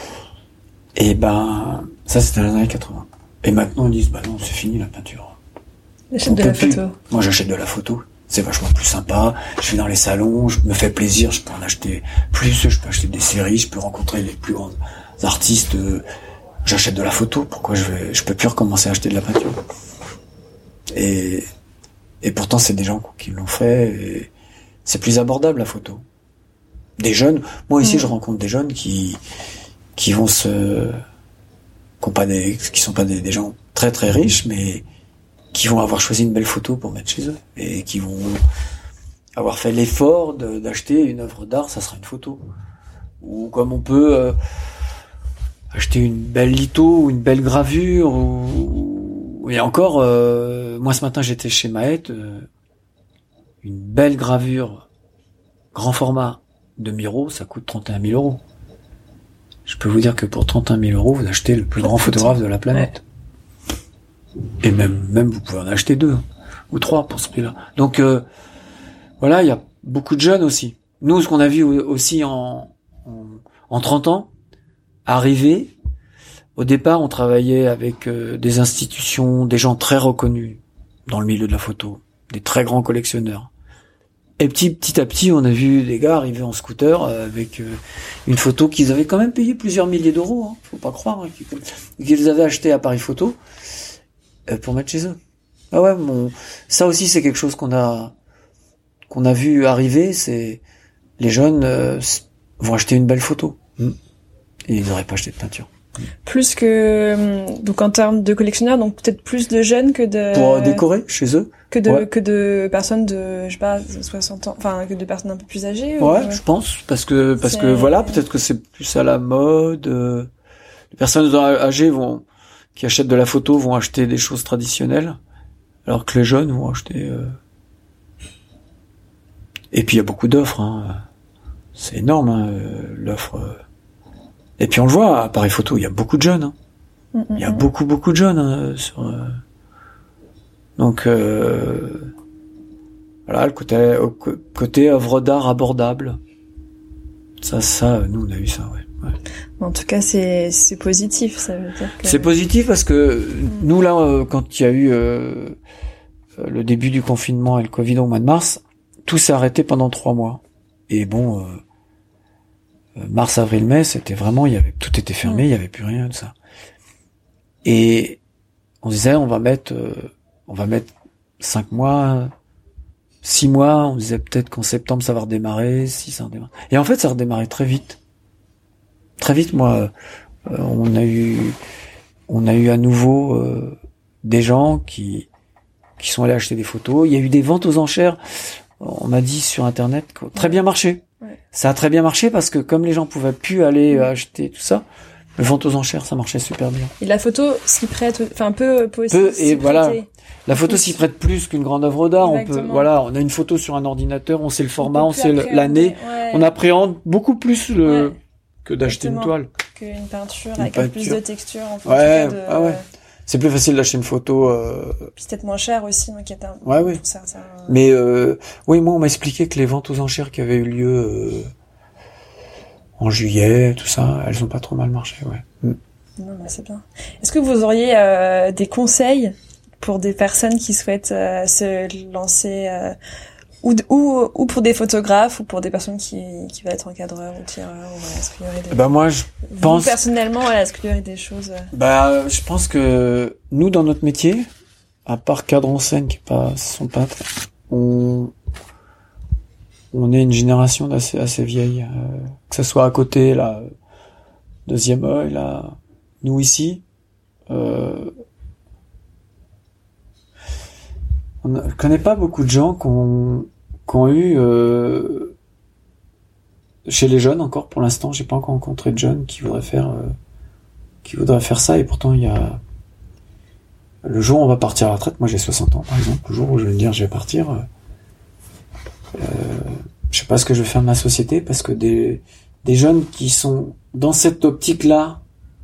Et ben, ça c'était dans les années quatre-vingts. Et maintenant, ils disent, bah non, c'est fini la peinture. J'achète de la plus. photo. Moi, j'achète de la photo. C'est vachement plus sympa. Je vais dans les salons, je me fais plaisir, je peux en acheter plus, je peux acheter des séries, je peux rencontrer les plus grands artistes. J'achète de la photo. Pourquoi je vais, je peux plus recommencer à acheter de la peinture? Et, et pourtant, c'est des gens qui l'ont fait. Et c'est plus abordable la photo. Des jeunes. Moi ici, mmh. je rencontre des jeunes qui qui vont se, qui ont pas des, qui sont pas des, des gens très très riches, mais qui vont avoir choisi une belle photo pour mettre chez eux et qui vont avoir fait l'effort de, d'acheter une œuvre d'art, ça sera une photo. Ou comme on peut euh, acheter une belle litho ou une belle gravure. Ou, et encore, euh, moi ce matin j'étais chez Maët, euh, une belle gravure grand format de Miro, ça coûte trente et un mille euros. Je peux vous dire que pour trente et un mille euros, vous achetez le plus grand photographe de la planète. Et même, même vous pouvez en acheter deux ou trois pour ce prix-là. Donc euh, voilà, il y a beaucoup de jeunes aussi. Nous, ce qu'on a vu aussi en, en, en trente ans, arriver, au départ, on travaillait avec euh, des institutions, des gens très reconnus dans le milieu de la photo, des très grands collectionneurs. Et petit, petit à petit, on a vu des gars arriver en scooter euh, avec euh, une photo qu'ils avaient quand même payé plusieurs milliers d'euros, hein, faut pas croire, hein, qu'ils, qu'ils avaient acheté à Paris Photo euh, pour mettre chez eux. Ah ouais, bon, ça aussi c'est quelque chose qu'on a qu'on a vu arriver, c'est les jeunes euh, vont acheter une belle photo mmh. et ils n'auraient pas acheté de peinture. Plus que donc en termes de collectionneurs, donc peut-être plus de jeunes que de pour décorer chez eux que de ouais. que de personnes de je sais pas soixante ans, enfin que de personnes un peu plus âgées. Ouais, ou... je pense parce que parce c'est... que voilà, peut-être que c'est plus à la mode. Euh, les personnes âgées vont qui achètent de la photo vont acheter des choses traditionnelles, alors que les jeunes vont acheter. Euh... Et puis il y a beaucoup d'offres. Hein. C'est énorme hein, l'offre. Et puis on le voit à Paris Photo, il y a beaucoup de jeunes. Hein. Mmh, Il y a mmh. beaucoup, beaucoup de jeunes hein, sur. Euh... Donc euh... voilà, le côté côté œuvre d'art abordable. Ça, ça, nous on a eu ça, ouais. ouais. En tout cas, c'est c'est positif, ça veut dire que. C'est positif parce que mmh. nous là, euh, quand il y a eu euh, le début du confinement et le Covid au mois de mars, tout s'est arrêté pendant trois mois. Et bon, euh, mars, avril, mai, c'était vraiment, il y avait tout était fermé, mmh. il y avait plus rien de ça. Et on disait, on va mettre, euh, on va mettre cinq mois, six mois. On disait peut-être qu'en septembre ça va redémarrer, si ça redémarre. Et en fait, ça a redémarré très vite, très vite. Moi, euh, on a eu, on a eu à nouveau euh, des gens qui qui sont allés acheter des photos. Il y a eu des ventes aux enchères. On m'a dit sur Internet que très bien marché. Ouais. Ça a très bien marché parce que comme les gens pouvaient plus aller euh, acheter tout ça. Le vente aux enchères, ça marchait super bien. Et la photo s'y prête, enfin peu, peut aussi peu et voilà. Prêter. La photo s'y prête plus qu'une grande œuvre d'art. Exactement. On peut, voilà, on a une photo sur un ordinateur, on sait le format, on, on sait l'année, ouais. On appréhende beaucoup plus le ouais. que d'acheter une toile. Qu'une peinture une avec peinture. plus de texture. En ouais, de, ah ouais. C'est plus facile d'acheter une photo. Euh... Puis c'est peut-être moins cher aussi, donc il y a un. Ouais, oui. Ça, ça... Mais euh, oui, moi on m'a expliqué que les ventes aux enchères qui avaient eu lieu euh, en juillet, tout ça, elles ont pas trop mal marché, ouais. Mm. Non, bah c'est bien. Est-ce que vous auriez euh, des conseils pour des personnes qui souhaitent euh, se lancer, euh, ou, ou ou pour des photographes, ou pour des personnes qui qui veulent être encadreurs ou tireurs, ou, voilà, est-ce qu'il y aurait des... Bah moi je vous, pense personnellement, voilà, est-ce qu'il y aurait des choses euh... Bah je pense que nous dans notre métier, à part Cadre en scène qui est pas son peintre, on on est une génération d'assez assez vieille, euh, que ce soit à côté là, Deuxième Œil là. Nous ici, euh, on ne connaît pas beaucoup de gens qui ont, qui ont eu, euh, chez les jeunes encore pour l'instant, j'ai pas encore rencontré de jeunes qui voudraient faire, euh, qui voudraient faire ça. Et pourtant, il y a le jour où on va partir à la retraite. Moi, j'ai soixante ans, par exemple. Le jour où je vais me dire, je vais partir. Euh, je sais pas ce que je vais faire de ma société parce que des des jeunes qui sont dans cette optique-là.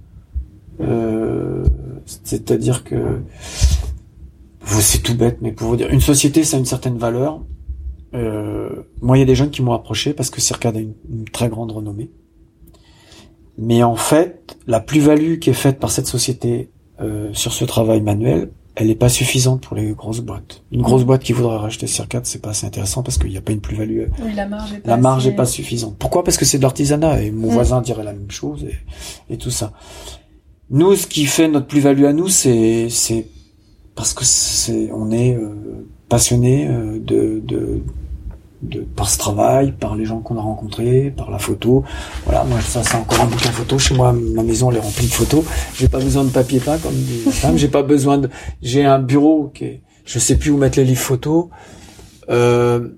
Euh, c'est-à-dire que c'est tout bête, mais pour vous dire, une société, ça a une certaine valeur. Euh, moi, il y a des jeunes qui m'ont approché parce que Circade a une, une très grande renommée. Mais en fait, la plus-value qui est faite par cette société euh, sur ce travail manuel, elle n'est pas suffisante pour les grosses boîtes. Une grosse boîte qui voudrait racheter Circade, c'est pas assez intéressant parce qu'il n'y a pas une plus-value. Oui, la marge est pas, la marge assez... est pas suffisante. Pourquoi ? Parce que c'est de l'artisanat et mon mmh. voisin dirait la même chose et, et tout ça. Nous, ce qui fait notre plus-value à nous, c'est, c'est parce que c'est, on est euh, passionné euh, de, de, de, par ce travail, par les gens qu'on a rencontrés, par la photo. Voilà, moi, ça, c'est encore un bouquin photo. Chez moi, ma maison, elle est remplie de photos. J'ai pas besoin de papier peint comme des femmes. J'ai pas besoin de, j'ai un bureau qui est, je sais plus où mettre les livres photos. Euh,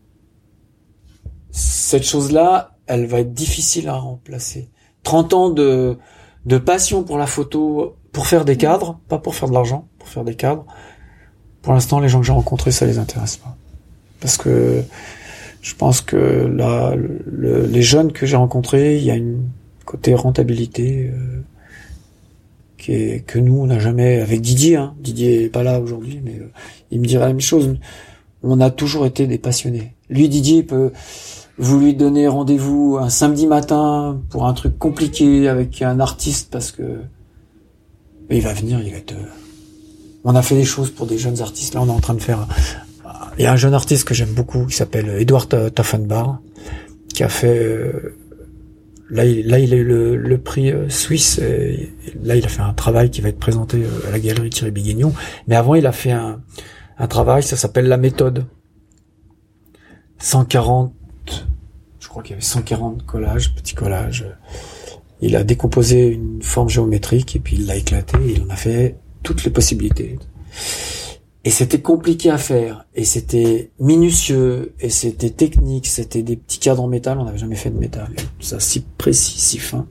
cette chose-là, elle va être difficile à remplacer. trente ans de, de passion pour la photo, pour faire des cadres, pas pour faire de l'argent, pour faire des cadres. Pour l'instant, les gens que j'ai rencontrés, ça les intéresse pas. Parce que je pense que là, le, le, les jeunes que j'ai rencontrés, il y a une côté rentabilité euh, qui est, que nous, on n'a jamais... Avec Didier, hein, Didier est pas là aujourd'hui, mais euh, il me dirait la même chose. On a toujours été des passionnés. Lui, Didier, peut... Vous lui donnez rendez-vous un samedi matin pour un truc compliqué avec un artiste parce que et il va venir, il va être... On a fait des choses pour des jeunes artistes. Là, on est en train de faire... Il y a un jeune artiste que j'aime beaucoup qui s'appelle Edouard Taffenbar qui a fait... Là, il, là, il a eu le, le prix suisse. Et là, il a fait un travail qui va être présenté à la galerie Thierry Béguignon. Mais avant, il a fait un, un travail, ça s'appelle La Méthode. cent quarante... Je crois qu'il y avait cent quarante collages, petits collages. Il a décomposé une forme géométrique et puis il l'a éclaté et il en a fait toutes les possibilités. Et c'était compliqué à faire et c'était minutieux et c'était technique, c'était des petits cadres en métal, on n'avait jamais fait de métal. Tout ça si précis, si fin.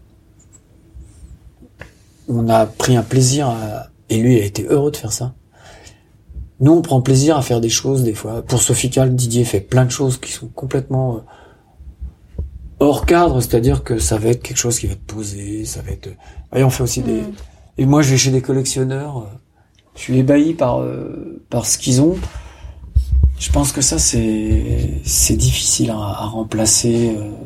On a pris un plaisir à... et lui il a été heureux de faire ça. Nous on prend plaisir à faire des choses des fois. Pour Sofical, Didier fait plein de choses qui sont complètement hors cadre, c'est-à-dire que ça va être quelque chose qui va être posé, ça va être... Et on fait aussi mmh. des, Et moi, je vais chez des collectionneurs, euh, je suis ébahi par euh, par ce qu'ils ont. Je pense que ça, c'est c'est difficile à, à remplacer. Euh,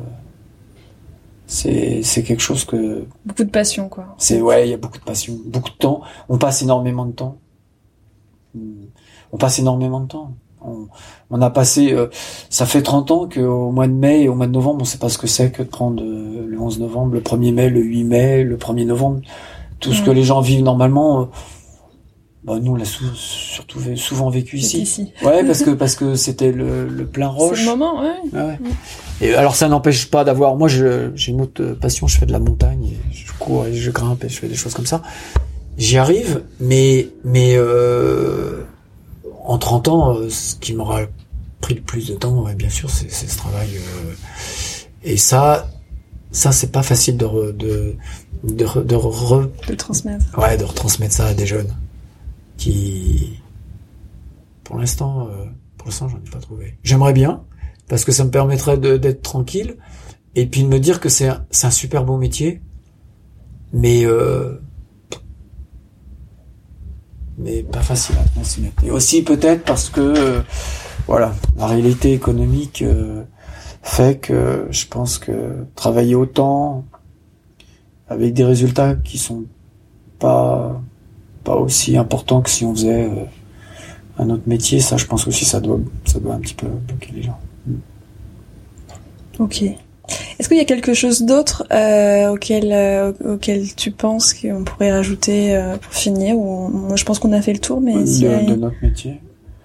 c'est c'est quelque chose que beaucoup de passion, quoi. C'est ouais, il y a beaucoup de passion, beaucoup de temps. On passe énormément de temps. On passe énormément de temps. On, on a passé, euh, ça fait trente ans qu'au mois de mai et au mois de novembre, on sait pas ce que c'est que de prendre euh, le onze novembre, le premier mai, le huit mai, le premier novembre, tout mmh. ce que les gens vivent normalement. Euh, bah nous on l'a sou- surtout v- souvent vécu ici. ici. Ouais, parce que parce que c'était le, le plein roche. C'est le moment, ouais. Ah ouais. Mmh. Et alors ça n'empêche pas d'avoir. Moi, je, j'ai une autre passion. Je fais de la montagne, et je cours, et je grimpe, et je fais des choses comme ça. J'y arrive, mais mais euh, en trente ans, euh, ce qui m'aura pris le plus de temps, ouais, bien sûr, c'est, c'est ce travail. Euh, et ça, ça c'est pas facile de re, de de re, de, re, de transmettre. Ouais, de retransmettre ça à des jeunes qui, pour l'instant, euh, pour l'instant, j'en ai pas trouvé. J'aimerais bien, parce que ça me permettrait de, d'être tranquille et puis de me dire que c'est un, c'est un super beau métier, mais euh, mais pas facile à transmettre. Et aussi peut-être parce que euh, voilà, la réalité économique euh, fait que je pense que travailler autant avec des résultats qui sont pas pas aussi importants que si on faisait euh, un autre métier, ça je pense aussi ça doit ça doit un petit peu bloquer les gens. Ok. Est-ce qu'il y a quelque chose d'autre euh, auquel euh, auquel tu penses qu'on pourrait rajouter euh, pour finir, ou moi je pense qu'on a fait le tour, mais de, si de notre métier.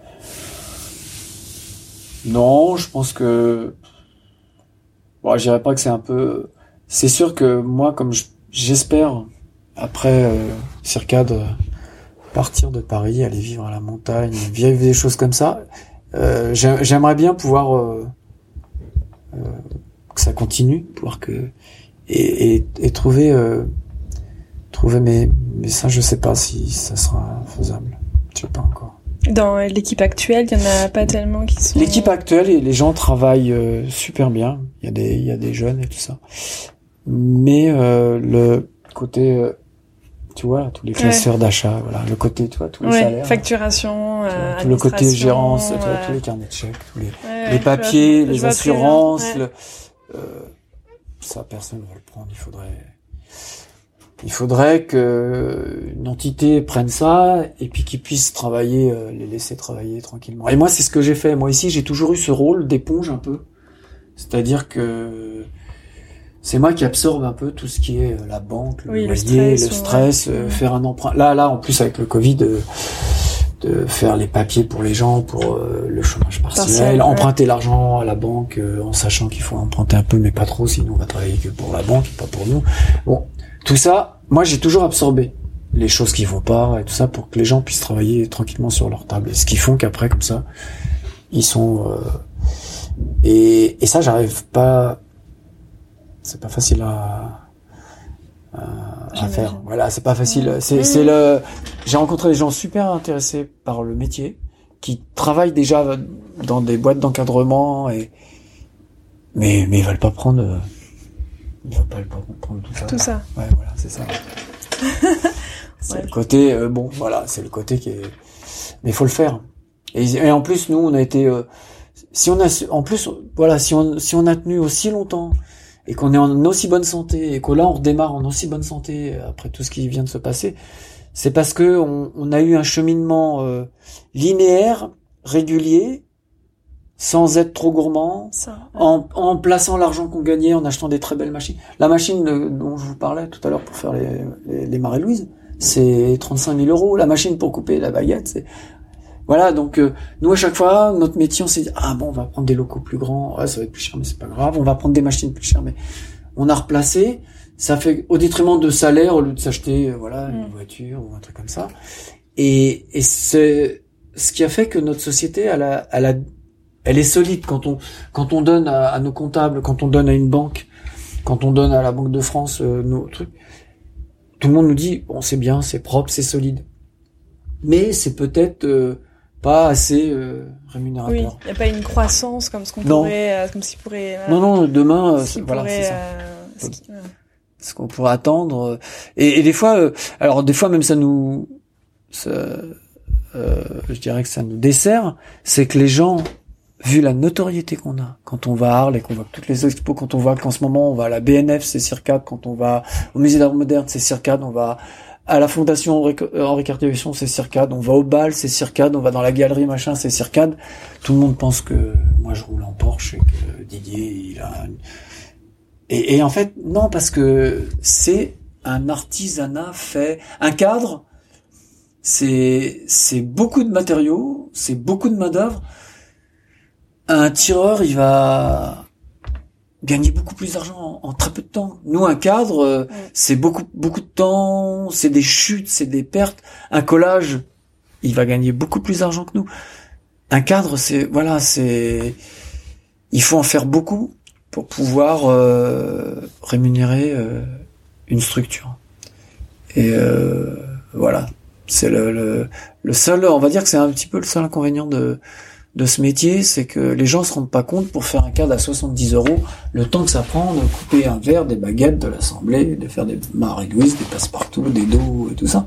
Non, je pense que bon, je dirais pas que c'est un peu. C'est sûr que moi, comme je... j'espère après euh, Circade euh, partir de Paris, aller vivre à la montagne, vivre des choses comme ça. Euh, j'aimerais bien pouvoir euh, euh, que ça continue, pouvoir que et, et, et trouver euh, trouver mais mais ça je sais pas si ça sera faisable, je sais pas encore. Dans l'équipe actuelle, il y en a pas tellement qui sont. L'équipe actuelle, les gens travaillent euh, super bien. Il y a des il y a des jeunes et tout ça, mais euh, le côté euh, tu vois, tous les classeurs ouais. d'achat, voilà, le côté, tu vois, tous les ouais, salaires. Facturation, vois, euh, tout le côté gérance, ouais. tu vois, tous les carnets de chèques, tous les, ouais, les papiers, vois, les assurances, ouais. le, euh, ça, personne ne va le prendre. Il faudrait, il faudrait que une entité prenne ça et puis qu'ils puissent travailler, euh, les laisser travailler tranquillement. Et moi, c'est ce que j'ai fait. Moi ici, j'ai toujours eu ce rôle d'éponge un peu. C'est-à-dire que c'est moi qui absorbe un peu tout ce qui est la banque, le oui, loyer, le stress, le stress ouais. euh, faire un emprunt. Là, là, en plus avec le Covid, de, de faire les papiers pour les gens, pour euh, le chômage partiel, partiel emprunter ouais. l'argent à la banque euh, en sachant qu'il faut emprunter un peu, mais pas trop, sinon on va travailler que pour la banque, pas pour nous. Bon, tout ça, moi j'ai toujours absorbé les choses qui vont pas et tout ça pour que les gens puissent travailler tranquillement sur leur table. Et ce qui font qu'après, comme ça, ils sont euh, et, et ça, j'arrive pas. C'est pas facile à, à, à faire. Voilà, c'est pas facile. C'est, mmh. c'est le. J'ai rencontré des gens super intéressés par le métier, qui travaillent déjà dans des boîtes d'encadrement et mais mais ils veulent pas prendre. Ils veulent pas prendre tout ça. Tout ça. Ouais, voilà, c'est ça. c'est ouais. le côté. Euh, bon, voilà, c'est le côté qui est. Mais il faut le faire. Et, et en plus, nous, on a été. Euh, si on a, en plus, voilà, si on si on a tenu aussi longtemps. Et qu'on est en aussi bonne santé, et que là on redémarre en aussi bonne santé après tout ce qui vient de se passer, c'est parce que on, on a eu un cheminement euh, linéaire, régulier, sans être trop gourmand, Ça, ouais. en, en plaçant l'argent qu'on gagnait, en achetant des très belles machines. La machine de, dont je vous parlais tout à l'heure pour faire les, les, les Marie-Louise, c'est trente-cinq mille euros. La machine pour couper la baguette, c'est... Voilà, donc euh, nous à chaque fois, notre métier, on s'est dit ah bon, on va prendre des locaux plus grands, ouais, ça va être plus cher, mais c'est pas grave. On va prendre des machines plus chères, mais on a replacé. Ça fait au détriment de salaire au lieu de s'acheter, euh, voilà, mmh. une voiture ou un truc comme ça. Et, et c'est ce qui a fait que notre société, elle a, elle a, elle est solide quand on quand on donne à, à nos comptables, quand on donne à une banque, quand on donne à la Banque de France euh, nos trucs. Tout le monde nous dit bon, c'est bien, c'est propre, c'est solide, mais c'est peut-être euh, pas assez euh, rémunérateur. Oui, il n'y a pas une croissance comme ce qu'on non. pourrait, euh, comme s'il pourrait. Euh, non, non, demain, euh, voilà, pourrait, c'est ça. Euh, ce qui, ouais. ce qu'on pourrait attendre. Et, et des fois, euh, alors des fois même ça nous, ça, euh, je dirais que ça nous dessert, c'est que les gens, vu la notoriété qu'on a, quand on va à Arles et qu'on voit toutes les expos, quand on voit qu'en ce moment on va à la B N F, c'est Circade, quand on va au Musée d'Art Moderne, c'est Circade, on va à la Fondation Henri, Henri Cartier-Bresson, c'est Circade, on va au bal, c'est Circade, on va dans la galerie machin, c'est Circade. Tout le monde pense que moi je roule en Porsche et que Didier il a une... et, et en fait non, parce que c'est un artisanat fait, un cadre, c'est c'est beaucoup de matériaux, c'est beaucoup de main d'œuvre. Un tireur, il va gagner beaucoup plus d'argent en, en très peu de temps. Nous, un cadre, euh, ouais. c'est beaucoup beaucoup de temps, c'est des chutes, c'est des pertes. Un collage, il va gagner beaucoup plus d'argent que nous. Un cadre, c'est voilà, c'est il faut en faire beaucoup pour pouvoir euh, rémunérer euh, une structure. Et euh, voilà, c'est le, le le seul, on va dire que c'est un petit peu le seul inconvénient de de ce métier, c'est que les gens se rendent pas compte pour faire un cadre à soixante-dix euros, le temps que ça prend de couper un verre, des baguettes, de l'assembler, de faire des marigouilles, des passe-partout, des dos et tout ça.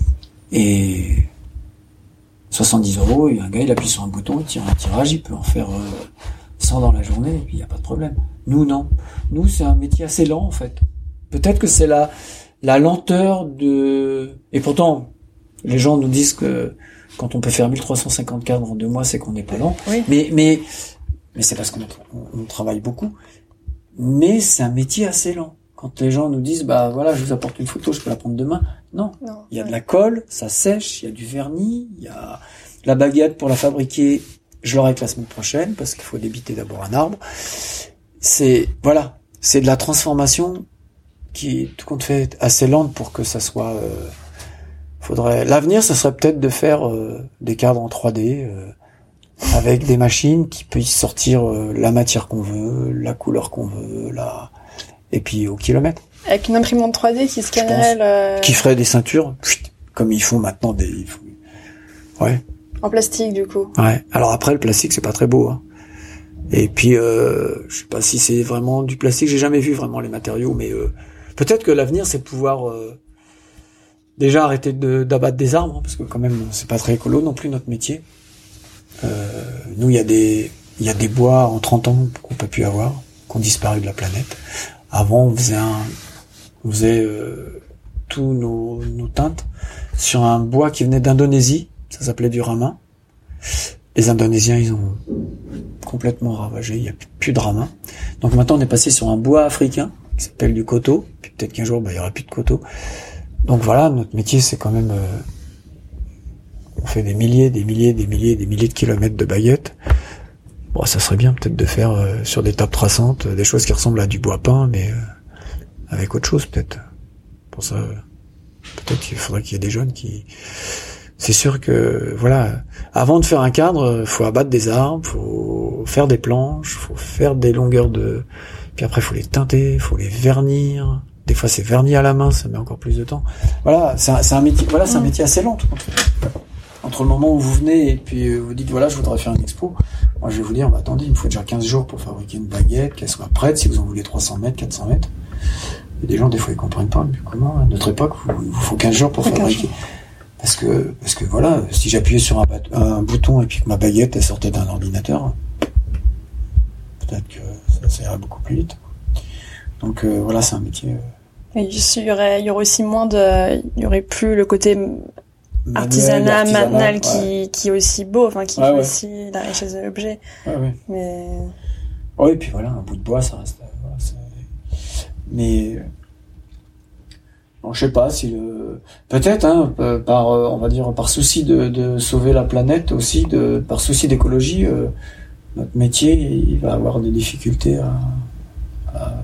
Et soixante-dix euros, et un gars il appuie sur un bouton, il tire un tirage, il peut en faire euh, cent dans la journée, et puis il y a pas de problème. Nous non. Nous c'est un métier assez lent en fait. Peut-être que c'est la la lenteur de... Et pourtant, les gens nous disent que quand on peut faire mille trois cent cinquante cadres en deux mois, c'est qu'on n'est pas lent. Oui. Mais, mais, mais c'est parce qu'on on, on travaille beaucoup. Mais c'est un métier assez lent. Quand les gens nous disent, bah voilà, je vous apporte une photo, je peux la prendre demain. Non. non il y a ouais. de la colle, ça sèche, il y a du vernis, il y a la baguette pour la fabriquer. Je l'aurai que la semaine prochaine parce qu'il faut débiter d'abord un arbre. C'est, voilà. C'est de la transformation qui, tout compte fait, assez lente pour que ça soit, euh, faudrait, l'avenir, ce serait peut-être de faire euh, des cadres en trois D euh, avec des machines qui puissent sortir euh, la matière qu'on veut, la couleur qu'on veut, la et puis au kilomètre. Avec une imprimante trois D qui scannerait le... Qui ferait des ceintures, comme ils font maintenant des... Ouais. En plastique, du coup. Ouais. Alors après, le plastique, c'est pas très beau. Hein. Et puis, euh, je sais pas si c'est vraiment du plastique. J'ai jamais vu vraiment les matériaux, mais euh, peut-être que l'avenir, c'est de pouvoir... Euh, déjà arrêter de, d'abattre des arbres, hein, parce que quand même c'est pas très écolo non plus notre métier. Euh, nous il y a des il y a des bois en trente ans qu'on peut plus avoir, qu'on disparu de la planète. Avant on faisait un on faisait euh, tous nos nos teintes sur un bois qui venait d'Indonésie, ça s'appelait du ramin. Les Indonésiens ils ont complètement ravagé, il y a plus de ramin. Donc maintenant on est passé sur un bois africain qui s'appelle du coteau, puis peut-être qu'un jour bah il y aura plus de coteau. Donc voilà, notre métier, c'est quand même... Euh, on fait des milliers, des milliers, des milliers, des milliers de kilomètres de baguettes. Bon, ça serait bien peut-être de faire euh, sur des tables traçantes des choses qui ressemblent à du bois peint, mais euh, avec autre chose peut-être. Pour ça, euh, peut-être qu'il faudrait qu'il y ait des jeunes qui... C'est sûr que, voilà, avant de faire un cadre, faut abattre des arbres, faut faire des planches, faut faire des longueurs de... Puis après, faut les teinter, faut les vernir... Des fois, c'est verni à la main, ça met encore plus de temps. Voilà, c'est un, c'est un métier, voilà, c'est un métier assez lent, tout compte fait. Entre le moment où vous venez et puis vous dites, voilà, je voudrais faire une expo. Moi, je vais vous dire, bah, attendez, il me faut déjà quinze jours pour fabriquer une baguette, qu'elle soit prête, si vous en voulez trois cents mètres, quatre cents mètres. Et des gens, des fois, ils comprennent pas, mais comment, à notre époque, il vous faut quinze jours pour fabriquer. Parce que, parce que voilà, si j'appuyais sur un, un bouton et puis que ma baguette, elle sortait d'un ordinateur, peut-être que ça, ça irait beaucoup plus vite. Donc euh, voilà, c'est un métier. Euh... Et il y aurait, il y aurait aussi moins de, il y aurait plus le côté artisanat, artisanat manuel qui, ouais. qui est aussi beau, enfin qui ouais, fait ouais. aussi la richesse de l'objet. Ouais, ouais. Mais. Oui, et puis voilà, un bout de bois, ça reste. Voilà, c'est... Mais bon, je sais pas si le, peut-être, hein, par, on va dire, par souci de, de sauver la planète aussi, de, par souci d'écologie, euh, notre métier, il va avoir des difficultés à. à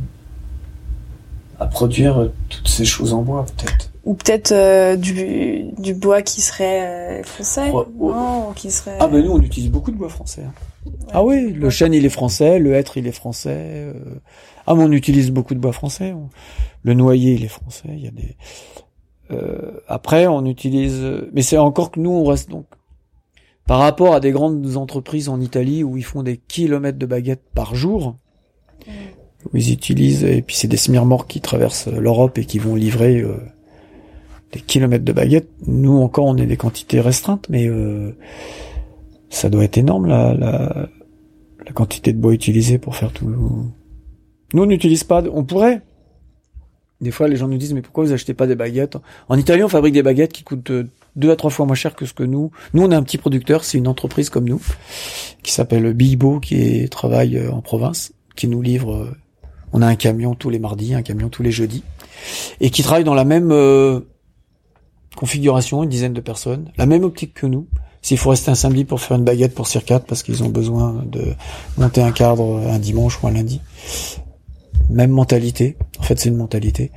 à produire toutes ces choses en bois, peut-être. Ou peut-être euh, du, du bois qui serait euh, français, ouais, ouais. Non, qui serait... Ah ben nous, on utilise beaucoup de bois français. Hein. Ouais. Ah oui, le chêne, il est français, le hêtre, il est français. Euh... Ah, mais on utilise beaucoup de bois français. Le noyer, il est français. Il y a des... Euh, après, on utilise... Mais c'est encore que nous, on reste donc... Par rapport à des grandes entreprises en Italie où ils font des kilomètres de baguettes par jour... Mm. où ils utilisent, et puis c'est des semi-remorques qui traversent l'Europe et qui vont livrer euh, des kilomètres de baguettes. Nous encore, on est des quantités restreintes, mais euh, ça doit être énorme la, la, la quantité de bois utilisée pour faire tout. Nous, on n'utilise pas, on pourrait. Des fois, les gens nous disent, mais pourquoi vous achetez pas des baguettes? En Italie, on fabrique des baguettes qui coûtent deux à trois fois moins cher que ce que nous. Nous, on est un petit producteur, c'est une entreprise comme nous, qui s'appelle Bibo, qui est, travaille en province, qui nous livre, on a un camion tous les mardis, un camion tous les jeudis, et qui travaille dans la même euh, configuration, une dizaine de personnes, la même optique que nous. S'il faut rester un samedi pour faire une baguette pour Circade, parce qu'ils ont besoin de monter un cadre un dimanche ou un lundi. Même mentalité. En fait, c'est une mentalité.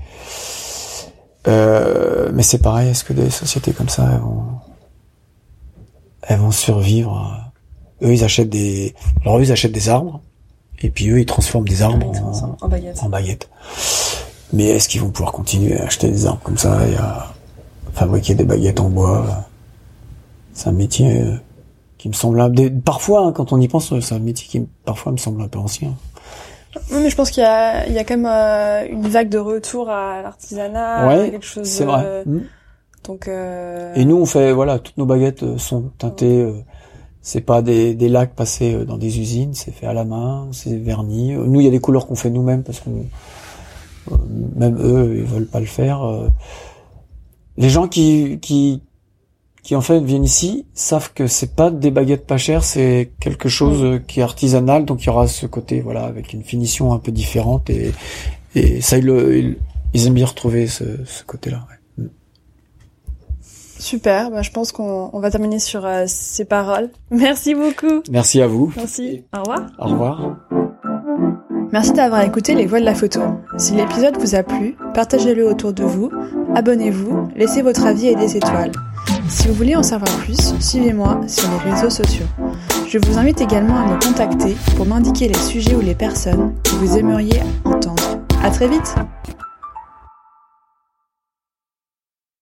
Euh, mais c'est pareil. Est-ce que des sociétés comme ça, elles vont, elles vont survivre? Eux, ils achètent des, alors eux, ils achètent des arbres. Et puis eux, ils transforment des arbres en, en baguettes. En baguettes. Mais est-ce qu'ils vont pouvoir continuer à acheter des arbres comme ça et à fabriquer des baguettes en bois? C'est un métier qui me semble, un, des, parfois, hein, quand on y pense, c'est un métier qui, parfois, me semble un peu ancien. Oui, mais je pense qu'il y a, il y a quand même euh, une vague de retour à l'artisanat, ouais, quelque chose. C'est vrai. Euh, mmh. Donc. Euh... Et nous, on fait, voilà, toutes nos baguettes sont teintées. Euh, c'est pas des, des lacs passés dans des usines, c'est fait à la main, c'est verni. Nous, il y a des couleurs qu'on fait nous-mêmes parce que euh, même eux, ils veulent pas le faire. Euh, les gens qui, qui, qui en fait viennent ici savent que c'est pas des baguettes pas chères, c'est quelque chose mmh. qui est artisanal, donc il y aura ce côté, voilà, avec une finition un peu différente et, et ça, ils, ils, ils aiment bien retrouver ce, ce côté-là. Ouais. Super, bah, je pense qu'on on va terminer sur euh, ces paroles. Merci beaucoup. Merci à vous. Merci. Au revoir. Au revoir. Merci d'avoir écouté Les Voix de la Photo. Si l'épisode vous a plu, partagez-le autour de vous, abonnez-vous, laissez votre avis et des étoiles. Si vous voulez en savoir plus, suivez-moi sur les réseaux sociaux. Je vous invite également à me contacter pour m'indiquer les sujets ou les personnes que vous aimeriez entendre. À très vite!